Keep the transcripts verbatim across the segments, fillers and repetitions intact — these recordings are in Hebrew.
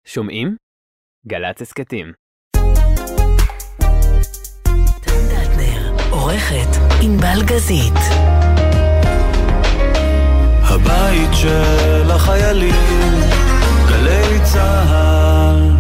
שומעים? גל"צ הסכתים. דטנר, עורכת ענבל גזית. הבית של החיילים, גלי צהל.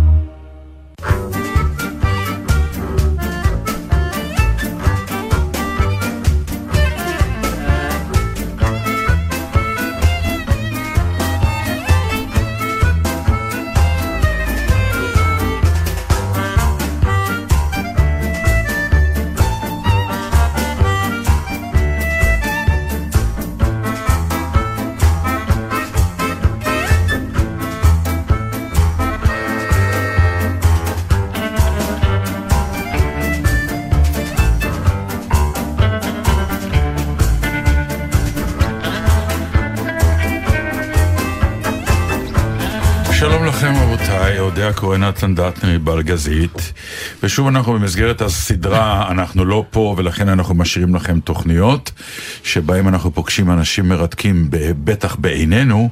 שלום לכם רבותיי, אודיה קורא נתן דטנר בלגזית, ושוב אנחנו במסגרת הסדרה, אנחנו לא פה ולכן אנחנו משאירים לכם תוכניות שבהם אנחנו פוגשים אנשים מרתקים בטח בעינינו.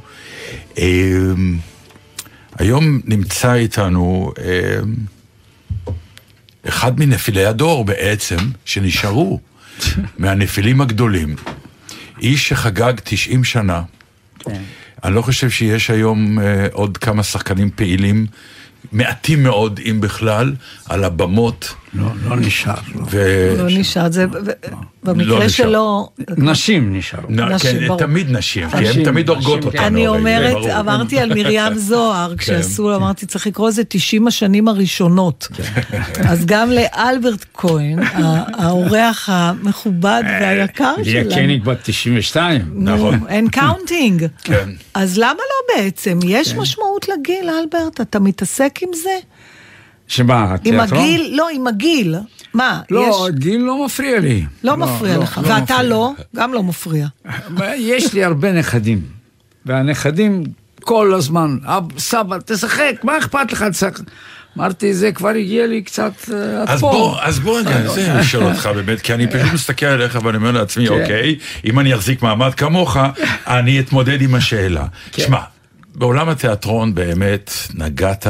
היום נמצא איתנו אחד מנפילי הדור בעצם שנשארו מהנפילים הגדולים, איש שחגג תשעים שנה. אני לא חושב שיש היום אה, עוד כמה שחקנים פעילים, מעטים מאוד, אם בכלל, על הבמות. לא, לא נשאר. ו... לא נשאר, זה, ו... במקרה לא שלו... נשים נשארו. נ... נשים, כן, ברור. תמיד נשים, כי נשים, הם תמיד הורגות נשים, אותנו. אני הרי, אומרת, ברור. אמרתי על מרים זוהר, כשעשו, אמרתי, צריך לקרוא זה תשעים השנים הראשונות. אז גם לאלברט כהן, האורח המכובד והיקר ליה שלנו. קניג בת תשעים ושתיים. נכון. אין קאונטינג. כן. אז למה לא בעצם? יש משמעות לגיל, אלברט? אתה מתעסק עם זה? שמה, עם התיאטרון? הגיל? לא, עם הגיל. מה? לא, יש... גיל לא מפריע לי. לא מפריע לך. לא ואתה מפריע. לא? גם לא מפריע. יש לי הרבה נכדים, והנכדים כל הזמן, סבא, תשחק, מה אכפת לך לשחק? אמרתי, זה כבר הגיע לי קצת עד אז פה. בוא, אז בוא רגע, זה אני אשאל אותך באמת, כי אני פשוט מסתכל עליך ואני אומר לעצמי, אוקיי, אם אני אחזיק מעמד כמוך, אני אתמודד עם השאלה. שמע, בעולם התיאטרון באמת נגעת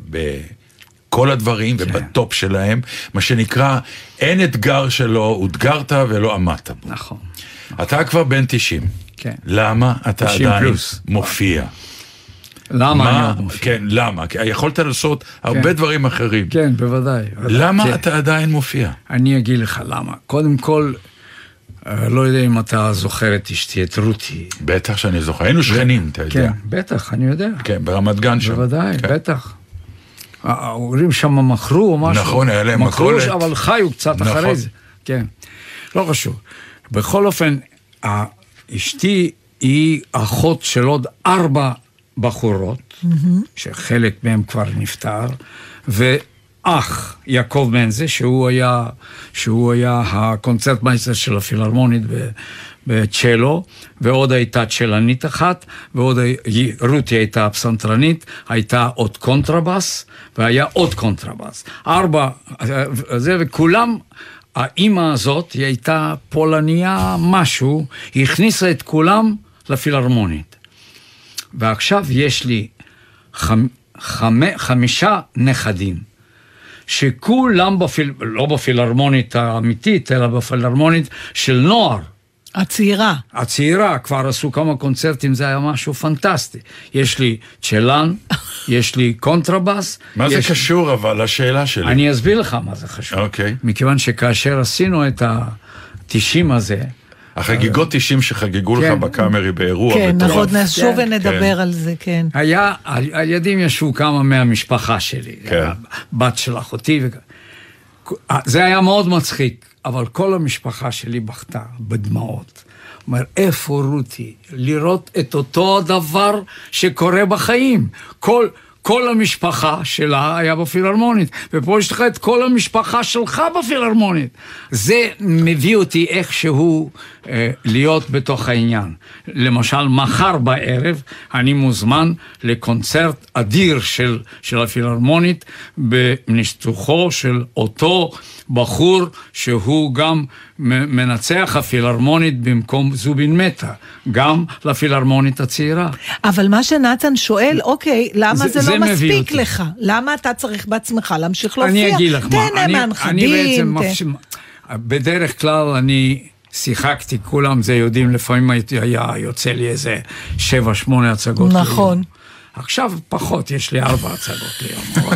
בכל הדברים ובטופ שלהם, מה שנקרא, אין אתגר שלא הותגרת ולא עמדת בו. נכון. אתה כבר בן תשעים. כן. למה אתה תשעים עדיין פלוס. מופיע? למה אני מה? עוד מופיע? כן, למה? כי יכולת לעשות הרבה דברים אחרים. כן, בוודאי. למה כן. אתה עדיין מופיע? אני אגיד לך למה. קודם כל, לא יודע אם אתה זוכר את אשתי, את רותי. בטח שאני זוכר, היינו שכנים, אתה יודע. כן, בטח, אני יודע. כן, ברמת גן שם. בוודאי, כן. בטח. ההורים שם מכרו או משהו. נכון, היה להם מכרו, מכולת. אבל חיו קצת נכון. אחרי זה. כן, לא חשוב. בכל אופן, אשתי היא אחות של עוד ארבע בחורות, שחלק מהם כבר נפטר, ואח יעקב מנזה, שהוא היה, שהוא היה הקונצרטמייסטר של הפילהרמונית ב... בצ'לו, ועוד הייתה צ'לנית אחת, ועוד רותי הייתה פסנתרנית, הייתה עוד קונטרבס, והיה עוד קונטרבס. ארבע, זה, וכולם, האמא הזאת, היא הייתה פולניה משהו, היא הכניסה את כולם לפילהרמונית. ועכשיו יש לי חמ, חמ, חמישה נכדים, שכולם בפיל, לא בפילהרמונית האמיתית, אלא בפילהרמונית של נוער, הצעירה. הצעירה, כבר עשו כמה קונצרטים, זה היה משהו פנטסטי. יש לי צ'לן, יש לי קונטרבס. מה זה יש... קשור אבל לשאלה שלי? אני אסביר לך מה זה חשוב. אוקיי. מכיוון שכאשר עשינו את ה-תשעים הזה, החגיגות תשעים שחגגו לך כן. בקאמרי באירוע. כן, מטורף. נכון, נשוב כן. ונדבר על זה, כן. היה, על, על ידים ישבו כמה מהמשפחה שלי. כן. בת של אחותי. ו... זה היה מאוד מצחיק, אבל כל המשפחה שלי בכתה בדמעות. אומר, איפה רותי? לראות את אותו דבר שקורה בחיים. כל, כל המשפחה שלה היה בפילהרמונית, ופה יש לך את כל המשפחה שלך בפילהרמונית. זה מביא אותי איכשהו אה, להיות בתוך העניין. למשל, מחר בערב אני מוזמן לקונצרט אדיר של, של הפילהרמונית, בניצוחו של אותו בחור שהוא גם מנצח הפילהרמונית במקום זובין מטה, גם לפילהרמונית הצעירה. אבל מה שנתן שואל, אוקיי, למה זה, זה לא מביא מספיק אותי. לך. למה אתה צריך בעצמך להמשיך להופיע? אני אגיד לך מה, תהנה אני, מהנכדים. אני בעצם ת- מפש... בדרך כלל אני שיחקתי, כולם זה יודעים, לפעמים הייתי, היה יוצא לי איזה שבע, שמונה הצגות. נכון. ליום. עכשיו פחות, יש לי ארבע הצגות ליום.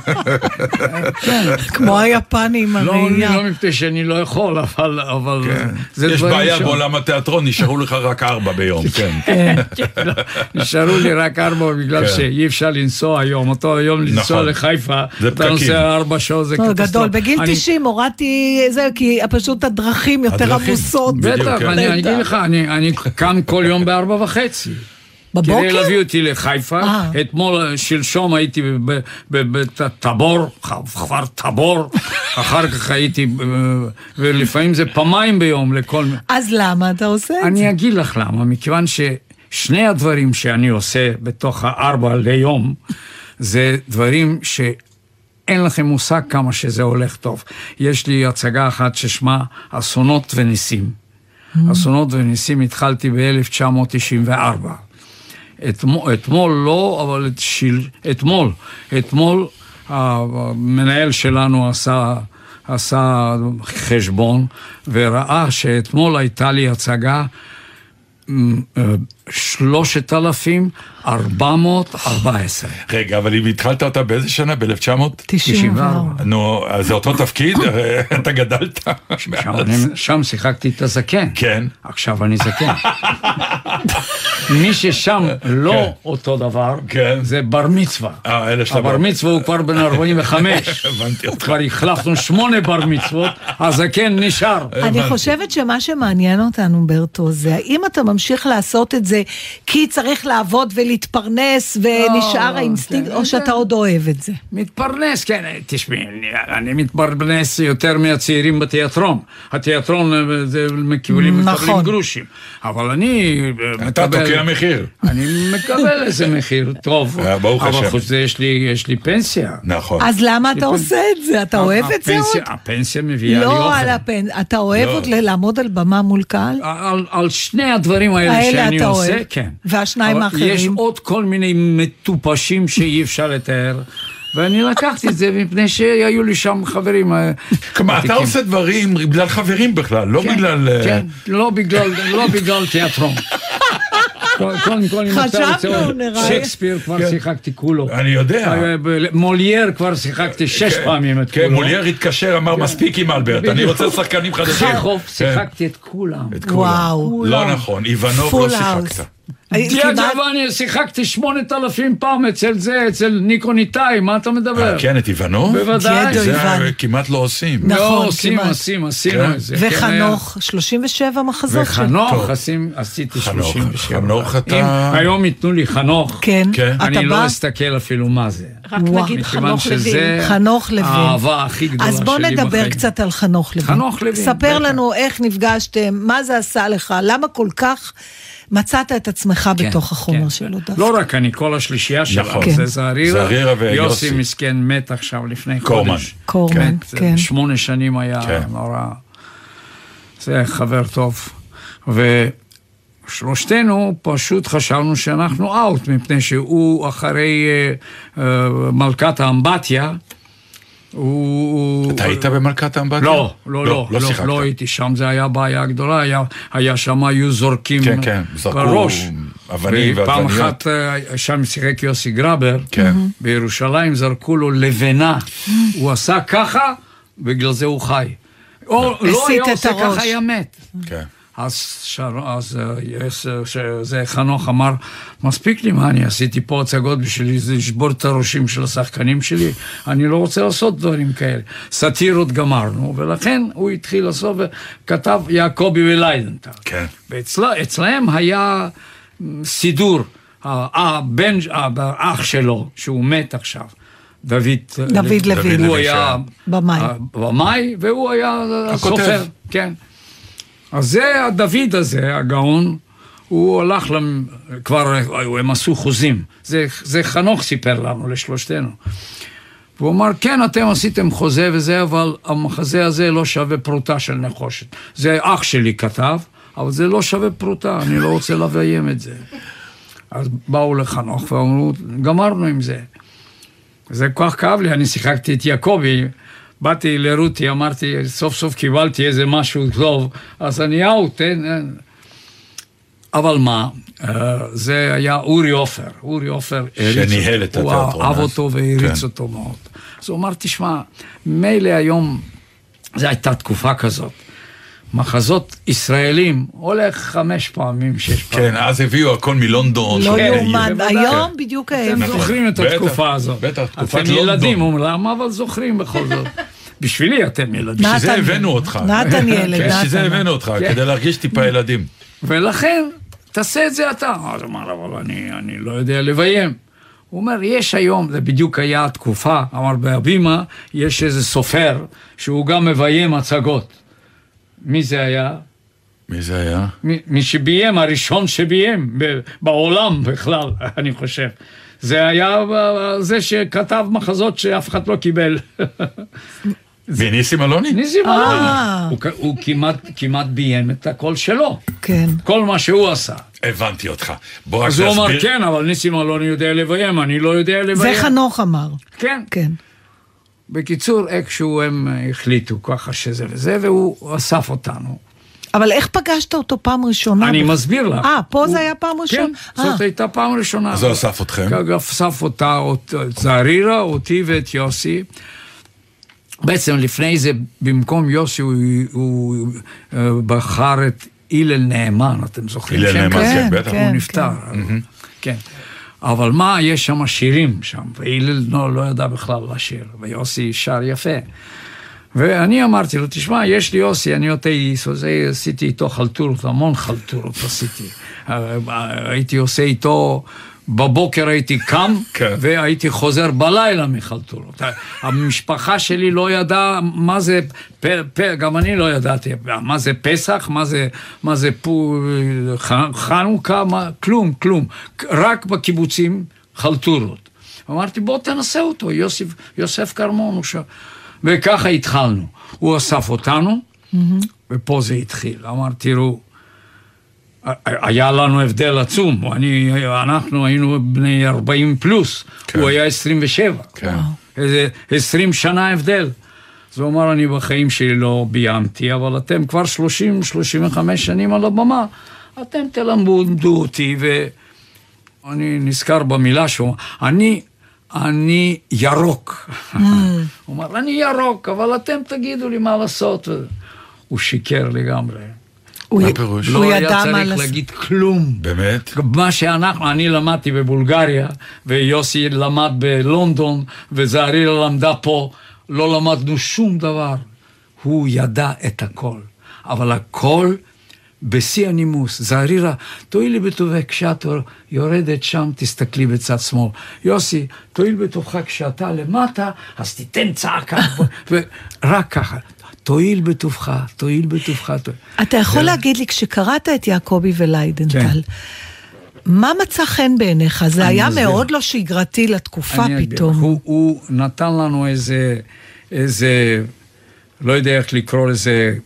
כמו היפנים, לא, הראייה. לא מפני שאני לא יכול, אבל, אבל זה יש דברים בעיה שם. בעולם התיאטרון, נשארו לך רק ארבע ביום, כן. לא, נשארו לי רק ארבע בגלל כן. שאי אפשר לנסוע היום, אותו היום לנסוע נכון. לחיפה, זה אתה פקקים. נוסע ארבע שעות, זה לא, קטסטרופה. גדול, בגיל אני- תשעים הורדתי זה, כי פשוט הדרכים יותר הדרכים. עמוסות. בדיוק, בטח, כן. אני אגיד לך, אני אני כאן כל יום בארבע וחצי. כדי בבוקר? להביא אותי לחיפה, אה. אתמול, שלשום הייתי בטבור, כפר טבור, אחר כך הייתי, ולפעמים זה פעמיים ביום לכל... אז למה אתה עושה את זה? אני אגיד לך למה, מכיוון ששני הדברים שאני עושה בתוך הארבע ליום, זה דברים שאין לכם מושג כמה שזה הולך טוב. יש לי הצגה אחת ששמה אסונות וניסים. אסונות וניסים התחלתי ב-אלף תשע מאות תשעים וארבע. אתמול, אתמול לא, אבל את שיל, אתמול, אתמול המנהל שלנו עשה, עשה חשבון וראה שאתמול הייתה לי הצגה שלושת אלפים ארבע מאות וארבע עשרה. רגע, אבל אם התחלת אותה באיזה שנה? ב-אלף תשע מאות? תשעים וארבע. נו, אז זה אותו תפקיד? הרי אתה גדלת. שם, אני, שם שיחקתי את הזקן. כן. עכשיו אני זקן. מי ששם לא אותו דבר, כן. זה בר מצווה. אה, אלה שאתה הבר בר- מצווה הוא כבר בן ארבעים וחמש. הבנתי אותך. כבר החלפנו שמונה בר מצוות, הזקן נשאר. אני חושבת שמה שמעניין אותנו, ברטו, זה האם אתה ממשיך לעשות את זה כי צריך לעבוד ולהתפרנס ונשאר לא, האינסטינקט, כן, או שאתה עוד אוהב את זה? מתפרנס, כן, תשמעי, אני, אני מתפרנס יותר מהצעירים בתיאטרון. התיאטרון זה מקבלים נכון. מקבלים גרושים. אבל אני אתה מקבל... תוקע מחיר. אני מקבל איזה מחיר טוב. אה, ברוך אבל השם. חוץ זה יש לי, יש לי פנסיה. נכון. אז למה אתה עושה את זה? אתה אוהב את זה עוד? הפנסיה- הפנסיה מביאה לי לא אוכל. על הפן... אתה אוהב לא. עוד לעמוד על במה מול קהל? על, על שני הדברים האלה, האלה שאני אתה עושה, אוהב. כן. והשניים אבל האחרים? יש עוד כל מיני מטופשים שאי אפשר לתאר, ואני לקחתי את זה מפני שהיו לי שם חברים. אה, כלומר, אתה ותיקים. עושה דברים בגלל חברים בכלל, לא כן, בגלל... אה, כן, לא בגלל, לא בגלל תיאטרון. קודם כל, אם אתה חשבנו, רוצה, נראה. שייקספיר כבר שיחקתי כולו. אני יודע. אה, ב- מולייר כבר שיחקתי שש פעמים את כן, כולו. מולייר התקשר, אמר מספיק עם אלברט, אני רוצה שחקנים חדשים. צ'כוב, כן. שיחקתי את כולם. את כולם. וואו. לא נכון, איוונוב פול לא האוס. שיחקת. כמעט- אני שיחקתי שמונת אלפים פעם אצל זה, אצל ניקו ניטאי, מה אתה מדבר? אה, כן, את איוונוב? בוודאי. גדול. זה איוון. כמעט לא עושים. נכון, לא, עושים, כמעט. עושים, עשינו כן. את זה. כן, וחנוך, שלושים ושבע מחזות היה. שלו. וחנוך, טוב. עשים- עשיתי חנוך, שלושים ושבע. חנוך אתה- אם היום ייתנו לי חנוך, כן, כן. אתה אני לא בא? אסתכל אפילו מה זה. רק וואו. נגיד מכיוון חנוך שזה לוין. חנוך לוין. האהבה הכי גדולה אז שלי בוא בחיים. נדבר קצת על חנוך לוין. חנוך לוין, ספר בטח. לנו איך נפגשתם, מה זה עשה לך, למה כל כך מצאת את עצמך כן, בתוך החומר כן. שלו דווקא. לא רק אני, כל השלישייה שלנו, נכון. כן. זה זערירה, זערירה ויוסי. יוסי מסכן מת עכשיו לפני קורמן. חודש. קורמן, כן. כן. שמונה שנים היה כן. נורא. זה חבר טוב. ושלושתנו פשוט חשבנו שאנחנו אאוט, מפני שהוא אחרי uh, uh, מלכת האמבטיה, הוא... אתה היית במלכת האמבטיה? לא, לא, לא, לא לא, שיחקת. לא הייתי שם, זה היה בעיה גדולה, היה, היה שם, היו זורקים כן, כן, זרקו בראש. אבנים ופעם ועגבניות. אחת אה, שם שיחק יוסי גרבר, כן. בירושלים זרקו לו לבנה, הוא עשה ככה, בגלל זה הוא חי. או לא הסית היה את עושה הראש. ככה, היה מת. כן. אז, שר, אז אה, יש, אה, שזה חנוך אמר, מספיק לי מה אני עשיתי פה הצגות בשביל לשבור את הראשים של השחקנים שלי, אני לא רוצה לעשות דברים כאלה. סאטירות גמרנו, ולכן הוא התחיל לעשות וכתב יעקבי וליידנטל. כן. ואצלהם היה סידור, הבן, האח שלו, שהוא מת עכשיו, דוד, דוד לוין. הוא היה במאי. במאי, והוא היה הכותב. סופר, כן. אז זה הדוד הזה, הגאון, הוא הלך, למ... כבר הם עשו חוזים, זה, זה חנוך סיפר לנו, לשלושתנו. והוא אמר, כן, אתם עשיתם חוזה וזה, אבל המחזה הזה לא שווה פרוטה של נחושת. זה אח שלי כתב, אבל זה לא שווה פרוטה, אני לא רוצה לביים את זה. אז באו לחנוך ואמרו, גמרנו עם זה. זה כל כך כאב לי, אני שיחקתי את יעקבי, באתי לרותי, אמרתי, סוף סוף קיבלתי איזה משהו טוב, אז אני אאוט, אין, אין. אבל מה, זה היה אורי אופר, אורי אופר שניהל את התיאטרון. הוא אהב אותו והריץ כן. אותו מאוד. אז הוא אמר, תשמע, מילא היום, זו הייתה תקופה כזאת, מחזות ישראלים, הולך חמש פעמים, שש פעמים. כן, אז הביאו הכל מלונדון. לא יאומן, היום בדיוק אתם זוכרים את התקופה הזאת. בטח, תקופת אתם לונדון. ילדים, אומרים, אבל זוכרים בכל זאת. בשבילי אתם ילדים. שזה הבאנו אותך. נתן ילד, נתן. שזה הבאנו אותך, כדי להרגיש טיפה ילדים. ולכן, תעשה את זה אתה. אז הוא אמר, אבל אני לא יודע לביים. הוא אומר, יש היום, זה בדיוק היה התקופה, אמר בהבימה, יש איזה סופר, שהוא גם מביים הצגות. מי זה היה? מי זה היה? מי, מי שביים, הראשון שביים, בעולם בכלל, אני חושב. זה היה זה שכתב מחזות שאף אחד לא קיבל. וניסים אלוני? ניסים אלוני. הוא, הוא כמעט, כמעט ביים את הכל שלו. כן. כל מה שהוא עשה. הבנתי אותך. בוא רק אז הוא להסביר. אמר, כן, אבל ניסים אלוני יודע לביים, אני לא יודע לביים. זה חנוך אמר. כן. כן. בקיצור, איכשהו הם החליטו ככה שזה וזה, והוא אסף אותנו. אבל איך פגשת אותו פעם ראשונה? אני מסביר לך. אה, פה זה היה פעם ראשונה? כן, זאת הייתה פעם ראשונה. אז הוא אסף אתכם? אסף אותה, את זערירה, אותי ואת יוסי. בעצם לפני זה, במקום יוסי, הוא בחר את אילל נאמן, אתם זוכרים? אילל נאמן, כן, בטח. הוא נפטר. כן. אבל מה, יש שם שירים שם, ואילל לא ידע בכלל לשיר, ויוסי שר יפה. ואני אמרתי לו, תשמע, יש לי יוסי, אני אותה איסו, עשיתי איתו חלטורות, המון חלטורות עשיתי. הייתי עושה איתו, בבוקר הייתי קם, והייתי חוזר בלילה מחלטורות. המשפחה שלי לא ידעה מה זה, גם אני לא ידעתי, מה זה פסח, מה זה חנוכה, כלום, כלום. רק בקיבוצים חלטורות. אמרתי, בוא תנסה אותו, יוסף קרמון הוא שם. וככה התחלנו. הוא אסף אותנו, ופה זה התחיל. אמר, תראו, היה לנו הבדל עצום. אני, אנחנו היינו בני ארבעים פלוס, הוא היה עשרים ושבע. איזה עשרים שנה הבדל. אז הוא אמר, אני בחיים שלי לא ביימתי, אבל אתם כבר שלושים שלושים וחמש שנים על הבמה, אתם תלמדו אותי, ואני נזכר במילה שהוא, אני... אני ירוק. הוא אומר, אני ירוק, אבל אתם תגידו לי מה לעשות. הוא שיקר לגמרי. מה פירוש? לא היה צריך להגיד כלום. באמת? מה שאנחנו, אני למדתי בבולגריה, ויוסי למד בלונדון, וזערירה למדה פה, לא למדנו שום דבר. הוא ידע את הכל. אבל הכל... בשיא הנימוס, זערירה, תואילי בטובך, כשאת יורדת שם, תסתכלי בצד שמאל. יוסי, תואיל בטובך, כשאתה למטה, אז תיתן צעקה, ורק ככה. תואיל בטובך, תואיל בטובך. אתה יכול להגיד לי, כשקראת את יעקבי וליידנטל, מה מצא חן בעיניך? זה היה מאוד לא שגרתי לתקופה פתאום. הוא נתן לנו איזה, איזה, לא יודע איך לקרוא לזה,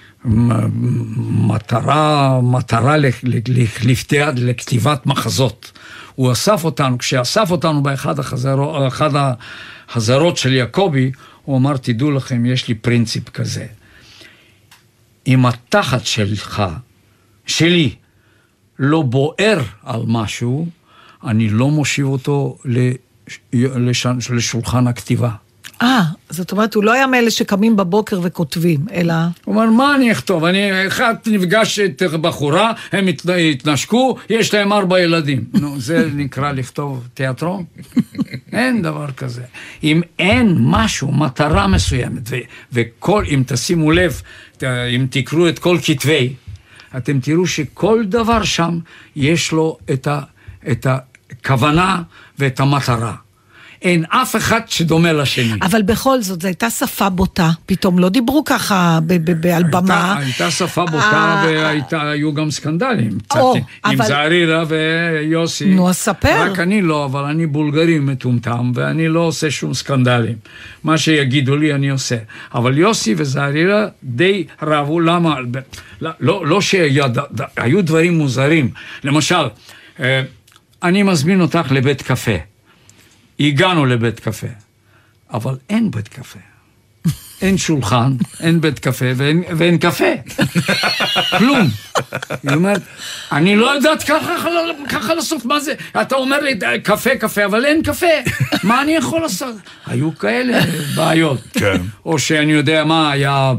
מטרה, מטרה לכתיבת מחזות. הוא אסף אותנו, כשאסף אותנו באחד החזרות, אחד החזרות של יעקבי, הוא אמר, תדעו לכם, יש לי פרינציפ כזה. אם התחת שלך, שלי, לא בוער על משהו, אני לא מושיב אותו לשולחן הכתיבה. אה, זאת אומרת, הוא לא היה מאלה שקמים בבוקר וכותבים, אלא... הוא אומר, מה אני אכתוב? אני אחד נפגש את בחורה, הם התנשקו, יש להם ארבע ילדים. נו, זה נקרא לכתוב תיאטרון? אין דבר כזה. אם אין משהו, מטרה מסוימת, וכל, אם תשימו לב, אם תקראו את כל כתבי, אתם תראו שכל דבר שם יש לו את הכוונה ואת המטרה. אין אף אחד שדומה לשני. אבל בכל זאת, זו הייתה שפה בוטה, פתאום לא דיברו ככה על במה. הייתה שפה בוטה, והיו גם סקנדלים. עם זערירה ויוסי. נו, אספר. רק אני לא, אבל אני בולגרי מטומטם, ואני לא עושה שום סקנדלים. מה שיגידו לי אני עושה. אבל יוסי וזערירה די רבו, למה? לא שהיו דברים מוזרים. למשל, אני מזמין אותך לבית קפה. הגענו לבית קפה, אבל אין בית קפה. אין שולחן, אין בית קפה ואין, ואין קפה. כלום. היא אומרת, אני לא יודעת ככה, ככה לעשות, מה זה? אתה אומר לי, קפה, קפה, אבל אין קפה. מה אני יכול לעשות? היו כאלה בעיות. כן. או שאני יודע מה היה...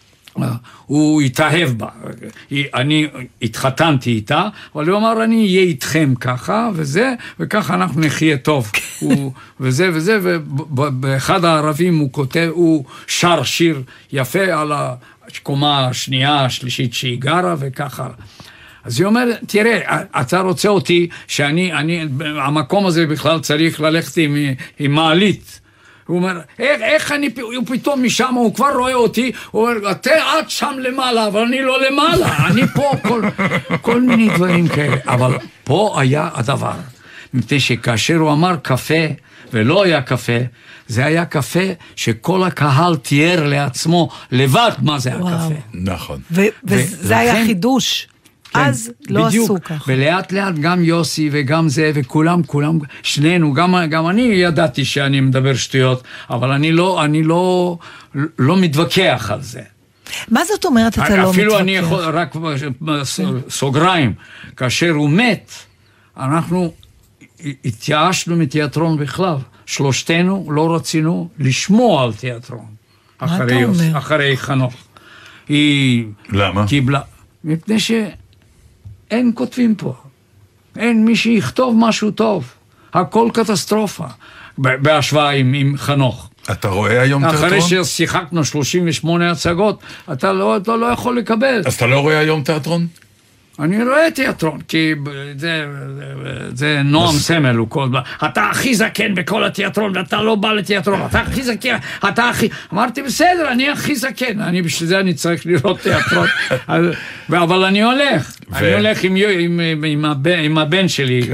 הוא התאהב בה, אני התחתנתי איתה, אבל הוא אמר, אני אהיה איתכם ככה, וזה, וככה אנחנו נחיה טוב, וזה וזה, ובאחד הערבים הוא כותב, הוא שר שיר יפה על הקומה השנייה, השלישית שהיא גרה, וככה. אז היא אומרת, תראה, אתה רוצה אותי, שאני, אני, המקום הזה בכלל צריך ללכת עם, עם מעלית, הוא אומר, איך, איך אני, הוא פתאום משם, הוא כבר רואה אותי, הוא אומר, אתה עד שם למעלה, אבל אני לא למעלה, אני פה, כל, כל מיני דברים כאלה. אבל פה היה הדבר, מפני שכאשר הוא אמר קפה, ולא היה קפה, זה היה קפה שכל הקהל תיאר לעצמו לבד מה זה הקפה. נכון. וזה היה חידוש. אז לא עשו ככה. ולאט לאט גם יוסי וגם זה וכולם, כולם, שנינו, גם, גם אני ידעתי שאני מדבר שטויות, אבל אני לא, אני לא, לא מתווכח על זה. מה זאת אומרת אתה לא מתווכח? אפילו אני יכול, רק סוגריים, כאשר הוא מת, אנחנו התייאשנו מתיאטרון בכלל, שלושתנו לא רצינו לשמוע על תיאטרון. אחרי יוסי, אחרי חנוך. היא למה? קיבלה, מפני ש... אין כותבים פה, אין מי שיכתוב משהו טוב, הכל קטסטרופה, בהשוואה עם, עם חנוך. אתה רואה היום תיאטרון? אחרי ששיחקנו שלושים ושמונה הצגות, אתה לא, אתה לא יכול לקבל. אז אתה לא רואה היום תיאטרון? אני רואה תיאטרון, כי זה, זה נועם סמל, הוא כל... אתה הכי זקן בכל התיאטרון, ואתה לא בא לתיאטרון, אתה הכי זקן, אתה הכי... אמרתי, בסדר, אני הכי זקן, אני בשביל זה אני צריך לראות תיאטרון, אבל אני הולך, אני הולך עם, עם, עם, הבן, עם הבן שלי,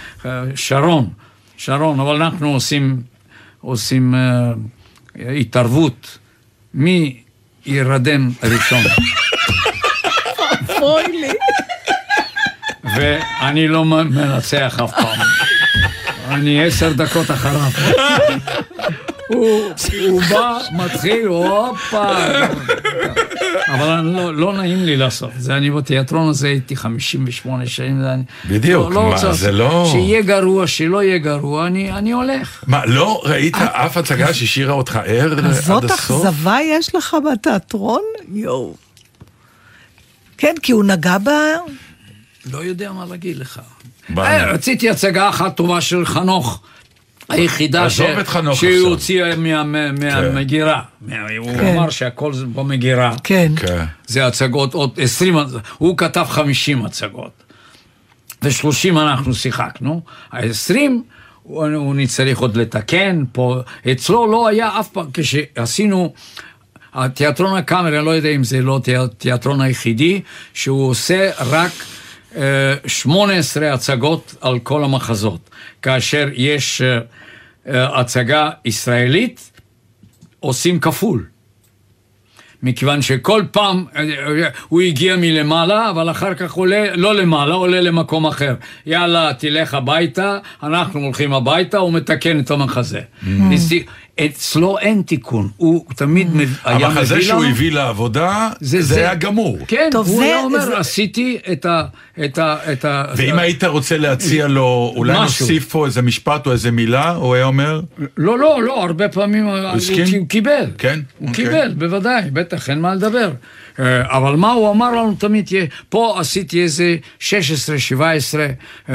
שרון, שרון, אבל אנחנו עושים, עושים uh, התערבות, מי ירדם ראשון? אוי לי. ואני לא מנצח אף פעם. אני עשר דקות אחריו. הוא בא, מתחיל, הופה. אבל לא נעים לי לעשות. זה אני בתיאטרון הזה הייתי חמישים ושמונה שנים. בדיוק, מה זה לא... שיהיה גרוע, שלא יהיה גרוע, אני הולך. מה, לא ראית אף הצגה שהשאירה אותך ער עד הסוף? כזאת אכזבה יש לך בתיאטרון? יואו. כן, כי הוא נגע בה... לא יודע מה להגיד לך. רציתי הצגה אחת טובה של חנוך, היחידה שהוא הוציא מהמגירה. הוא אמר שהכל זה במגירה. כן. זה הצגות, עוד עשרים, הוא כתב חמישים הצגות. ושלושים אנחנו שיחקנו. העשרים, הוא נצטרך עוד לתקן פה. אצלו לא היה אף פעם, כשעשינו... התיאטרון הקאמרי, אני לא יודע אם זה לא תיאטרון היחידי, שהוא עושה רק שמונה עשרה הצגות על כל המחזות. כאשר יש הצגה ישראלית, עושים כפול. מכיוון שכל פעם הוא הגיע מלמעלה, אבל אחר כך עולה, לא למעלה, עולה למקום אחר. יאללה, תלך הביתה, אנחנו הולכים הביתה, הוא מתקן את המחזה. אצלו אין תיקון, הוא תמיד היה מביא לנו... המחזה שהוא הביא לעבודה, זה היה גמור. כן, הוא היה אומר, עשיתי את ה... ואם היית רוצה להציע לו, אולי נוסיף פה איזה משפט או איזה מילה, הוא היה אומר? לא, לא, לא, הרבה פעמים הוא קיבל. כן? הוא קיבל, בוודאי, בטח, אין מה לדבר. אבל מה הוא אמר לנו תמיד, פה עשיתי איזה שש עשרה שבע עשרה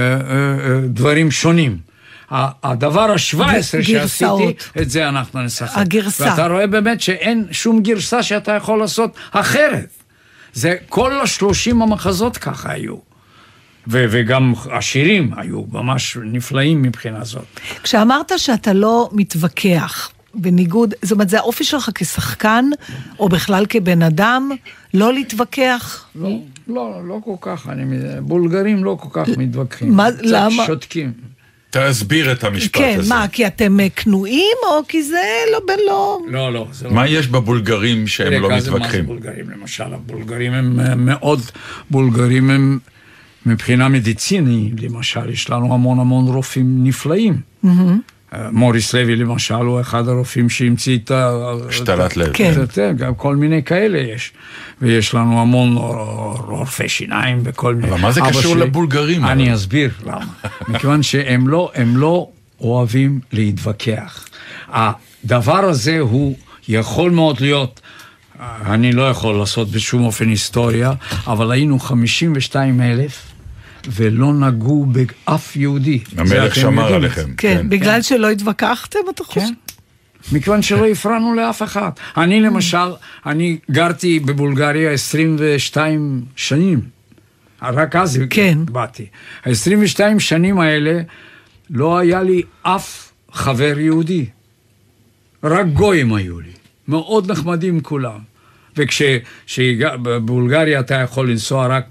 דברים שונים. הדבר ה-שבע עשרה שעשיתי, את זה אנחנו נשחק. הגרסה. ואתה רואה באמת שאין שום גרסה שאתה יכול לעשות אחרת. זה כל השלושים המחזות ככה היו. ו- וגם השירים היו ממש נפלאים מבחינה זאת. כשאמרת שאתה לא מתווכח, בניגוד, זאת אומרת, זה האופי שלך כשחקן, או בכלל כבן אדם, לא להתווכח? לא, לא, לא כל כך. אני, בולגרים לא כל כך מתווכחים. מה, למה? שותקים. תסביר את המשפט כן, הזה. כן, מה, כי אתם כנועים, או כי זה לא בלא... לא, לא. זה מה לא... יש בבולגרים שהם לא מתווכחים? מה זה בולגרים? למשל, הבולגרים הם מאוד... בולגרים הם מבחינה מדיציני, למשל, יש לנו המון המון רופאים נפלאים. מוריס לוי למשל, הוא אחד הרופאים שהמציא את ה... השתלת לב. כן. גם כל מיני כאלה יש. ויש לנו המון רופאי שיניים וכל מיני... אבל מה זה קשור לבולגרים? אני אסביר למה. מכיוון שהם לא, הם לא אוהבים להתווכח. הדבר הזה הוא יכול מאוד להיות, אני לא יכול לעשות בשום אופן היסטוריה, אבל היינו חמישים ושתיים אלף, ולא נגעו באף יהודי. המלך שמר עליכם. כן, בגלל שלא התווכחתם, אתה חושב? כן. מכיוון שלא הפרענו לאף אחד. אני למשל, אני גרתי בבולגריה עשרים ושתיים שנים. רק אז באתי. ה-עשרים ושתיים שנים האלה לא היה לי אף חבר יהודי. רק גויים היו לי. מאוד נחמדים כולם. וכשבבולגריה אתה יכול לנסוע רק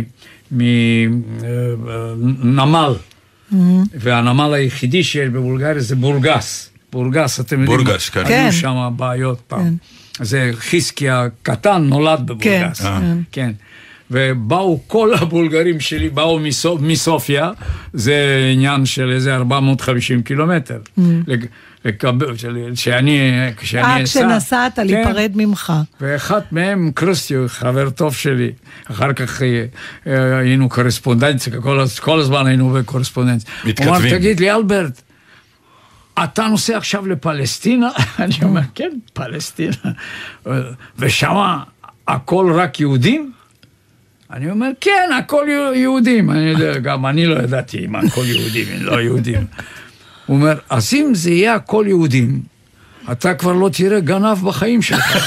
מנמל. והנמל היחידי שיש בבולגריה זה בורגס. בורגס, אתם יודעים, בורגס, כן. היו שם בעיות פעם. זה חיסקי הקטן נולד בבורגס. כן. ובאו כל הבולגרים שלי, באו מסופיה, זה עניין של איזה ארבע מאות וחמישים קילומטר. שאני, כשאני אה, כשנסעת להיפרד ממך. ואחד מהם, קרסטיו, חבר טוב שלי, אחר כך היינו קורספונדנציה, כל הזמן היינו בקורספונדנציה. מתכתבים. הוא אמר, תגיד לי, אלברט, אתה נוסע עכשיו לפלסטינה? אני אומר, כן, פלסטינה. ושם הכל רק יהודים? אני אומר, כן, הכל יהודים. אני יודע, גם אני לא ידעתי אם הכל יהודים, אם לא יהודים. הוא אומר, אז אם זה יהיה הכל יהודים, אתה כבר לא תראה גנב בחיים שלך.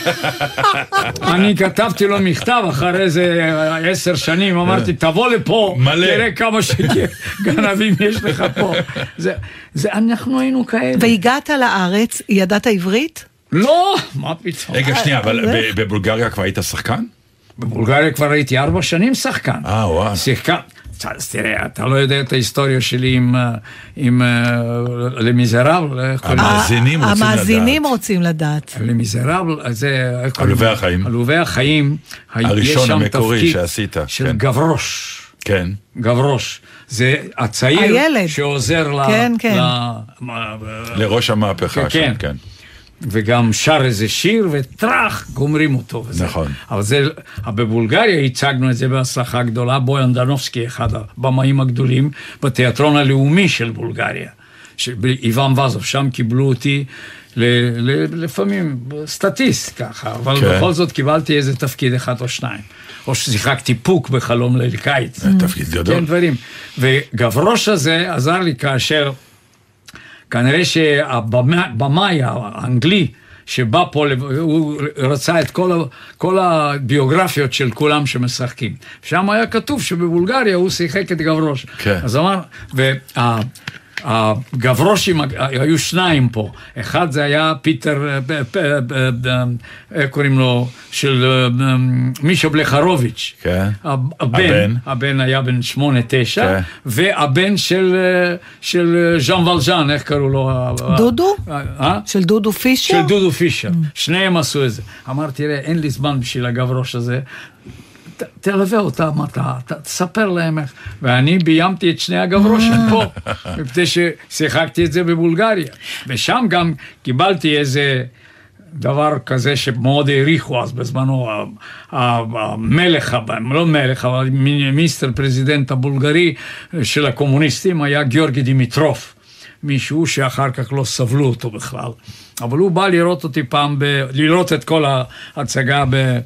אני כתבתי לו מכתב אחרי איזה עשר שנים, אמרתי, תבוא לפה, תראה כמה שגנבים יש לך פה. זה, אנחנו היינו כאלה. והגעת לארץ, ידעת עברית? לא, מה פתאום. רגע, שנייה, אבל בבולגריה כבר היית שחקן? בבולגריה כבר הייתי ארבע שנים שחקן. אה, וואו. שחקן. אז תראה, אתה לא יודע את ההיסטוריה שלי עם, עם למיזרבל. המאזינים רוצים לדעת. המאזינים רוצים לדעת. למיזרבל, זה... עלובי החיים. עלובי החיים. הראשון המקורי שעשית. של גברוש. כן. גברוש. זה הצעיר הילד. שעוזר ל... כן, כן. לראש המהפכה. כן, כן. וגם שר איזה שיר, וטרח, גומרים אותו. וזה. נכון. אבל זה, בבולגריה הצגנו את זה בהצלחה גדולה, בויאן דנובסקי, אחד הבמאים הגדולים, בתיאטרון הלאומי של בולגריה, איוון וזוב, שם קיבלו אותי, ל, ל, לפעמים סטטיסט ככה, אבל כן. בכל זאת קיבלתי איזה תפקיד אחד או שניים. או ששיחקתי פוק בחלום ליל קיץ. זה תפקיד גדול. כן, דברים. וגברוש הזה עזר לי כאשר... כנראה שהבמאי האנגלי שבא פה, הוא רצה את כל, כל הביוגרפיות של כולם שמשחקים. שם היה כתוב שבבולגריה הוא שיחק את גברוש. כן. אז אמר, וה... הגברושים היו שניים פה, אחד זה היה פיטר, קוראים לו, של מישו בלחרוביץ', הבן, הבן היה בן שמונה תשע, והבן של ז'אן ולז'אן, איך קראו לו? דודו? של דודו פישר? של דודו פישר, שניהם עשו את זה. אמרתי, תראה, אין לי זמן בשביל הגברוש הזה, תלווה אותם, תספר להם איך. ואני ביימתי את שני הגברושים פה, מפני ששיחקתי את זה בבולגריה. ושם גם קיבלתי איזה דבר כזה שמאוד העריכו אז בזמנו, המלך, לא מלך, אבל מיסטר פרזידנט הבולגרי של הקומוניסטים היה גיאורגי דימיטרוף, מישהו שאחר כך לא סבלו אותו בכלל. אבל הוא בא לראות אותי פעם, לראות את כל ההצגה ב...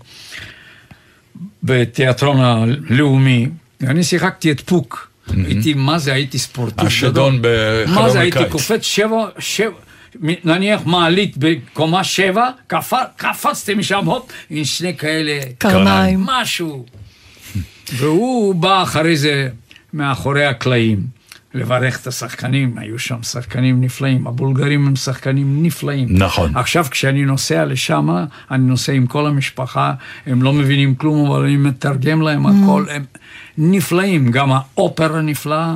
בתיאטרון הלאומי, ואני שיחקתי את פוק. הייתי, מה זה, הייתי ספורטי. השדון בחלום הקיץ. מה זה, הייתי קופץ שבע, שבע, נניח מעלית בקומה שבע, קפצתי משם, הופ, עם שני כאלה... קרניים. משהו. והוא בא אחרי זה, מאחורי הקלעים, לברך את השחקנים, היו שם שחקנים נפלאים, הבולגרים הם שחקנים נפלאים. נכון. עכשיו כשאני נוסע לשם, אני נוסע עם כל המשפחה, הם לא מבינים כלום, אבל אני מתרגם להם הכל, הם נפלאים, גם האופרה נפלאה,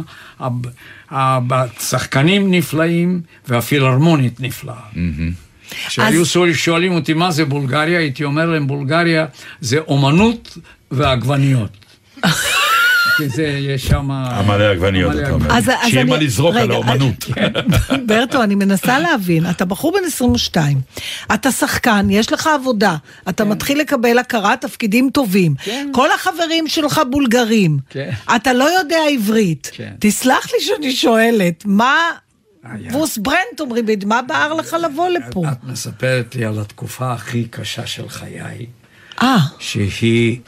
השחקנים נפלאים, והפילהרמונית נפלאה. כשהיו שואלים אותי מה זה בולגריה, הייתי אומר להם, בולגריה זה אומנות ועגבניות. כי זה, יש שם... המלא עגבניות, אתה אומר. שיהיה מה לזרוק על האומנות. ברטו, אני מנסה להבין, אתה בחור בן עשרים ושתיים, אתה שחקן, יש לך עבודה, אתה מתחיל לקבל הכרה, תפקידים טובים, כל החברים שלך בולגרים, אתה לא יודע עברית, תסלח לי שאני שואלת, מה... ווס ברנט אומרים, מה בער לך לבוא לפה? את מספרת לי על התקופה הכי קשה של חיי, אה. שהיא,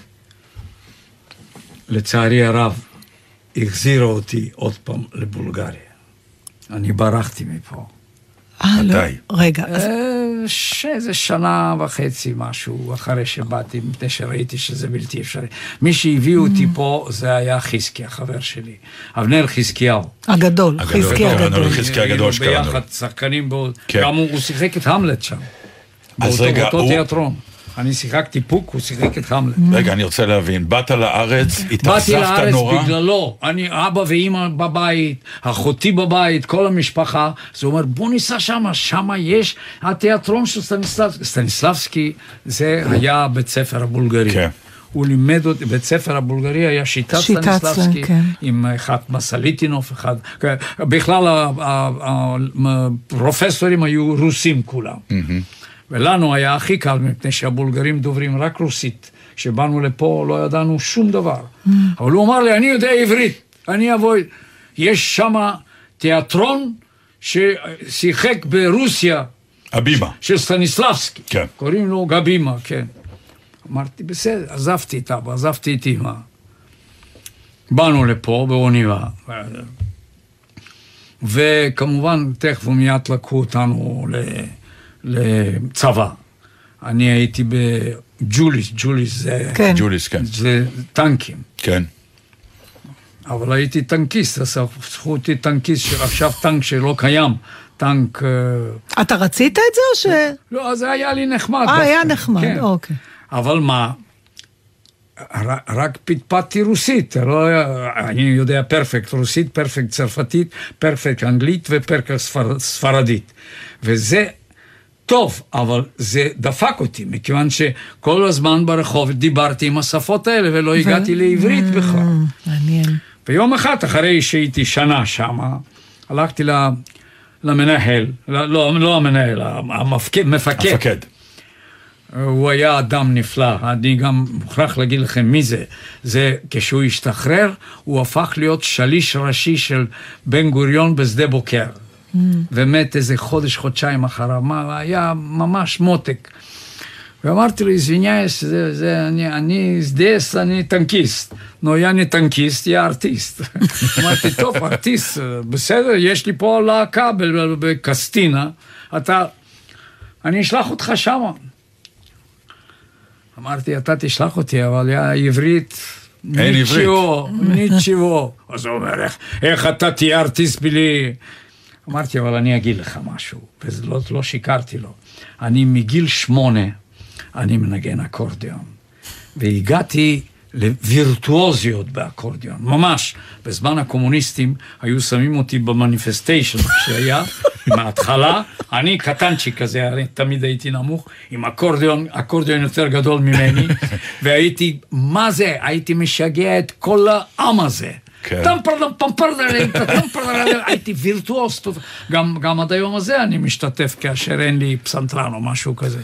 לצערי הרב, החזירה אותי עוד פעם לבולגריה. אני ברחתי מפה. אה, לא. רגע. איזה שנה וחצי משהו, אחרי שבאתי, מפני שראיתי שזה בלתי אפשרי. מי שהביא אותי פה, זה היה חזקי, החבר שלי. אבנר חזקיהו. הגדול, חזקי הגדול. חזקי הגדול שקראנו. ביחד שחקנים, גם הוא שיחק את המלט שם. באותו תיאטרון. אני שיחקתי פוק, הוא שיחק את המלט. רגע, אני רוצה להבין, באת לארץ, התאכזבת נורא? באתי לארץ בגללו, אני אבא ואמא בבית, אחותי בבית, כל המשפחה, זה אומר, בוא ניסע שמה, שמה יש התיאטרון של סטניסלבסקי, סטניסלבסקי זה היה בית ספר הבולגרי. כן. הוא לימד אותי, בית ספר הבולגרי היה שיטת סטניסלבסקי, עם אחד מסליטינוב, אחד, בכלל הפרופסורים היו רוסים כולם. ולנו היה הכי קל, מפני שהבולגרים דוברים רק רוסית. כשבאנו לפה לא ידענו שום דבר. Mm. אבל הוא אמר לי, אני יודע עברית, אני אבוא... יש שם תיאטרון ששיחק ברוסיה. הבימה. של סטניסלבסקי. כן. קוראים לו גבימה, כן. אמרתי, בסדר, עזבתי את אבא, עזבתי את אמא. באנו לפה באוניבה. וכמובן, תכף ומיד לקחו אותנו ל... לצבא. אני הייתי בג'וליס, ג'וליס זה... כן. ג'וליס, כן. זה טנקים. כן. אבל הייתי טנקיסט, אז הפכו אותי טנקיסט, עכשיו טנק שלא קיים, טנק... אתה רצית את זה או ש... לא, זה היה לי נחמד. אה, היה נחמד, כן. אוקיי. אבל מה? רק פטפטתי רוסית, לא, אני יודע פרפקט רוסית, פרפקט צרפתית, פרפקט אנגלית ופרפקט ספר, ספרדית. וזה טוב, אבל זה דפק אותי, מכיוון שכל הזמן ברחוב דיברתי עם השפות האלה, ולא הגעתי לעברית בכלל. מעניין. ויום אחד, אחרי שהייתי שנה שמה, הלכתי למנהל, לא, לא המנהל, המפקד. המפקד. הוא היה אדם נפלא, אני גם מוכרח להגיד לכם מי זה. זה כשהוא השתחרר, הוא הפך להיות שליש ראשי של בן גוריון בשדה בוקר. Mm. ומת איזה חודש, חודשיים אחריו, מה, היה ממש מותק. ואמרתי לו, извиняюсь, זה, זה, אני, אני здесь, אני טנקיסט. נו, אני טנקיסט, יא ארטיסט. אמרתי, טוב, ארטיסט, בסדר, יש לי פה להקה בקסטינה, אתה, אני אשלח אותך שמה. אמרתי, אתה תשלח אותי, אבל עברית, ניצ'יו, ניצ'יו. אז הוא אומר, איך, איך אתה תהיה ארטיסט בלי... אמרתי, אבל אני אגיד לך משהו, ולא לא שיקרתי לו. אני מגיל שמונה, אני מנגן אקורדיון, והגעתי לווירטואוזיות באקורדיון, ממש. בזמן הקומוניסטים היו שמים אותי במניפסטיישן שהיה, מההתחלה, אני קטנצ'י כזה, אני תמיד הייתי נמוך, עם אקורדיון, אקורדיון יותר גדול ממני, והייתי, מה זה? הייתי משגע את כל העם הזה. הייתי וירטואוס, גם עד היום הזה אני משתתף כאשר אין לי פסנתרן או משהו כזה.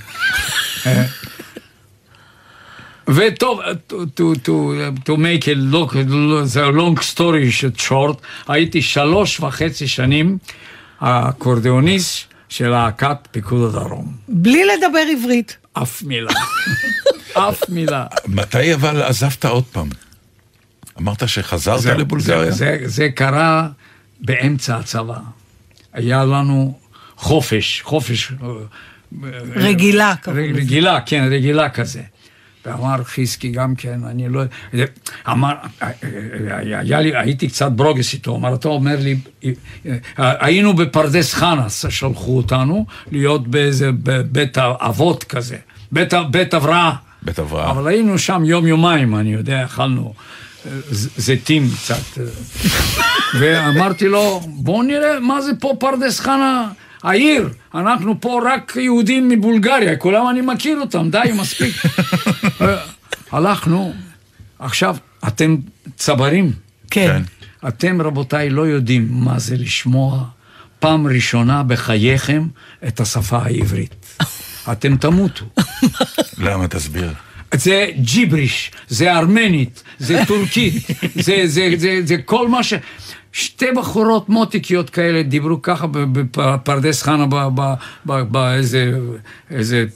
וטוב, to make a long story short, הייתי שלוש וחצי שנים האקורדיוניסט של להקת פיקוד הדרום. בלי לדבר עברית. אף מילה. אף מילה. מתי אבל עזבת עוד פעם? אמרת שחזרת זה, לבולגריה? זה, זה, זה קרה באמצע הצבא. היה לנו חופש, חופש... רגילה. רגילה, כן, רגילה כזה. ואמר חיסקי גם כן, אני לא... אמר, היה לי, הייתי קצת ברוגס איתו, אמר, אתה אומר לי, היינו בפרדס חנה, שלחו אותנו להיות באיזה בית אבות כזה, בית, בית הבראה. בית הבראה. אבל היינו שם יום יומיים, אני יודע, אכלנו זיתים קצת. ואמרתי לו, בוא נראה מה זה פה פרדס חנה, העיר, אנחנו פה רק יהודים מבולגריה, כולם אני מכיר אותם, די, מספיק. הלכנו, עכשיו, אתם צברים. כן. אתם רבותיי לא יודעים מה זה לשמוע פעם ראשונה בחייכם את השפה העברית. אתם תמותו. למה תסביר? זה ג'יבריש, זה ארמנית, זה טורקית, זה, זה, זה, זה כל מה ש... שתי בחורות מותיקיות כאלה דיברו ככה בפרדס חנה באיזה איזה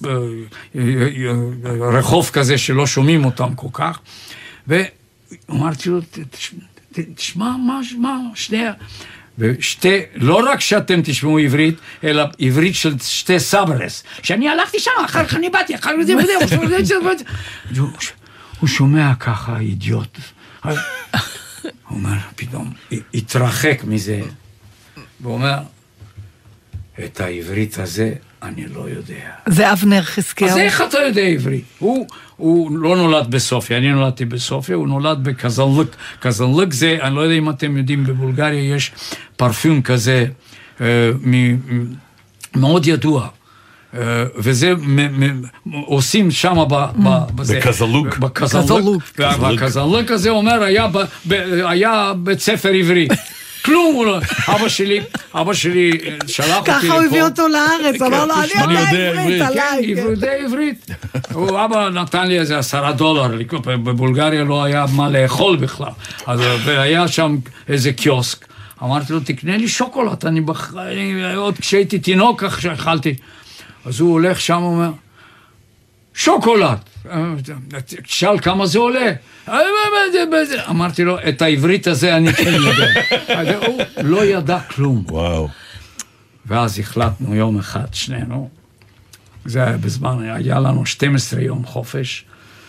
רחוב כזה שלא שומעים אותם כל כך, ואמרתי לו, תשמע מה, מה, שנייה, ושתי, לא רק שאתם תשמעו עברית, אלא עברית של שתי סברס, שאני הלכתי שם, אחר כך אני באתי, אחר כך זה וזה, הוא שומע ככה, אידיוט. הוא אומר, פתאום, התרחק מזה, והוא אומר, את העברית הזה אני לא יודע. זה אבנר חזקיהו. אז איך אתה יודע עברית? הוא, הוא לא נולד בסופיה, אני נולדתי בסופיה, הוא נולד בקזנלק. קזנלק זה, אני לא יודע אם אתם יודעים, בבולגריה יש פרפיום כזה, אה, מ, מאוד ידוע. וזה עושים שם בקזלוק. בקזלוק. והקזלוק הזה אומר, היה בית ספר עברי. כלום, אבא שלי, אבא שלי שלח אותי לפה. ככה הוא הביא אותו לארץ, אמר לו, אני יודע עברית, עליי. כן, יודע עברית. אבא נתן לי איזה עשרה דולר, בבולגריה לא היה מה לאכול בכלל. והיה שם איזה קיוסק. אמרתי לו, תקנה לי שוקולד, אני עוד כשהייתי תינוק, כך שאכלתי. אז הוא הולך שם ואומר, שוקולד. שאל כמה זה עולה. אמרתי לו, את העברית הזה אני כן יודע. הוא לא ידע כלום. וואו. ואז החלטנו יום אחד, שנינו. זה היה בזמן, היה לנו שנים עשר יום חופש.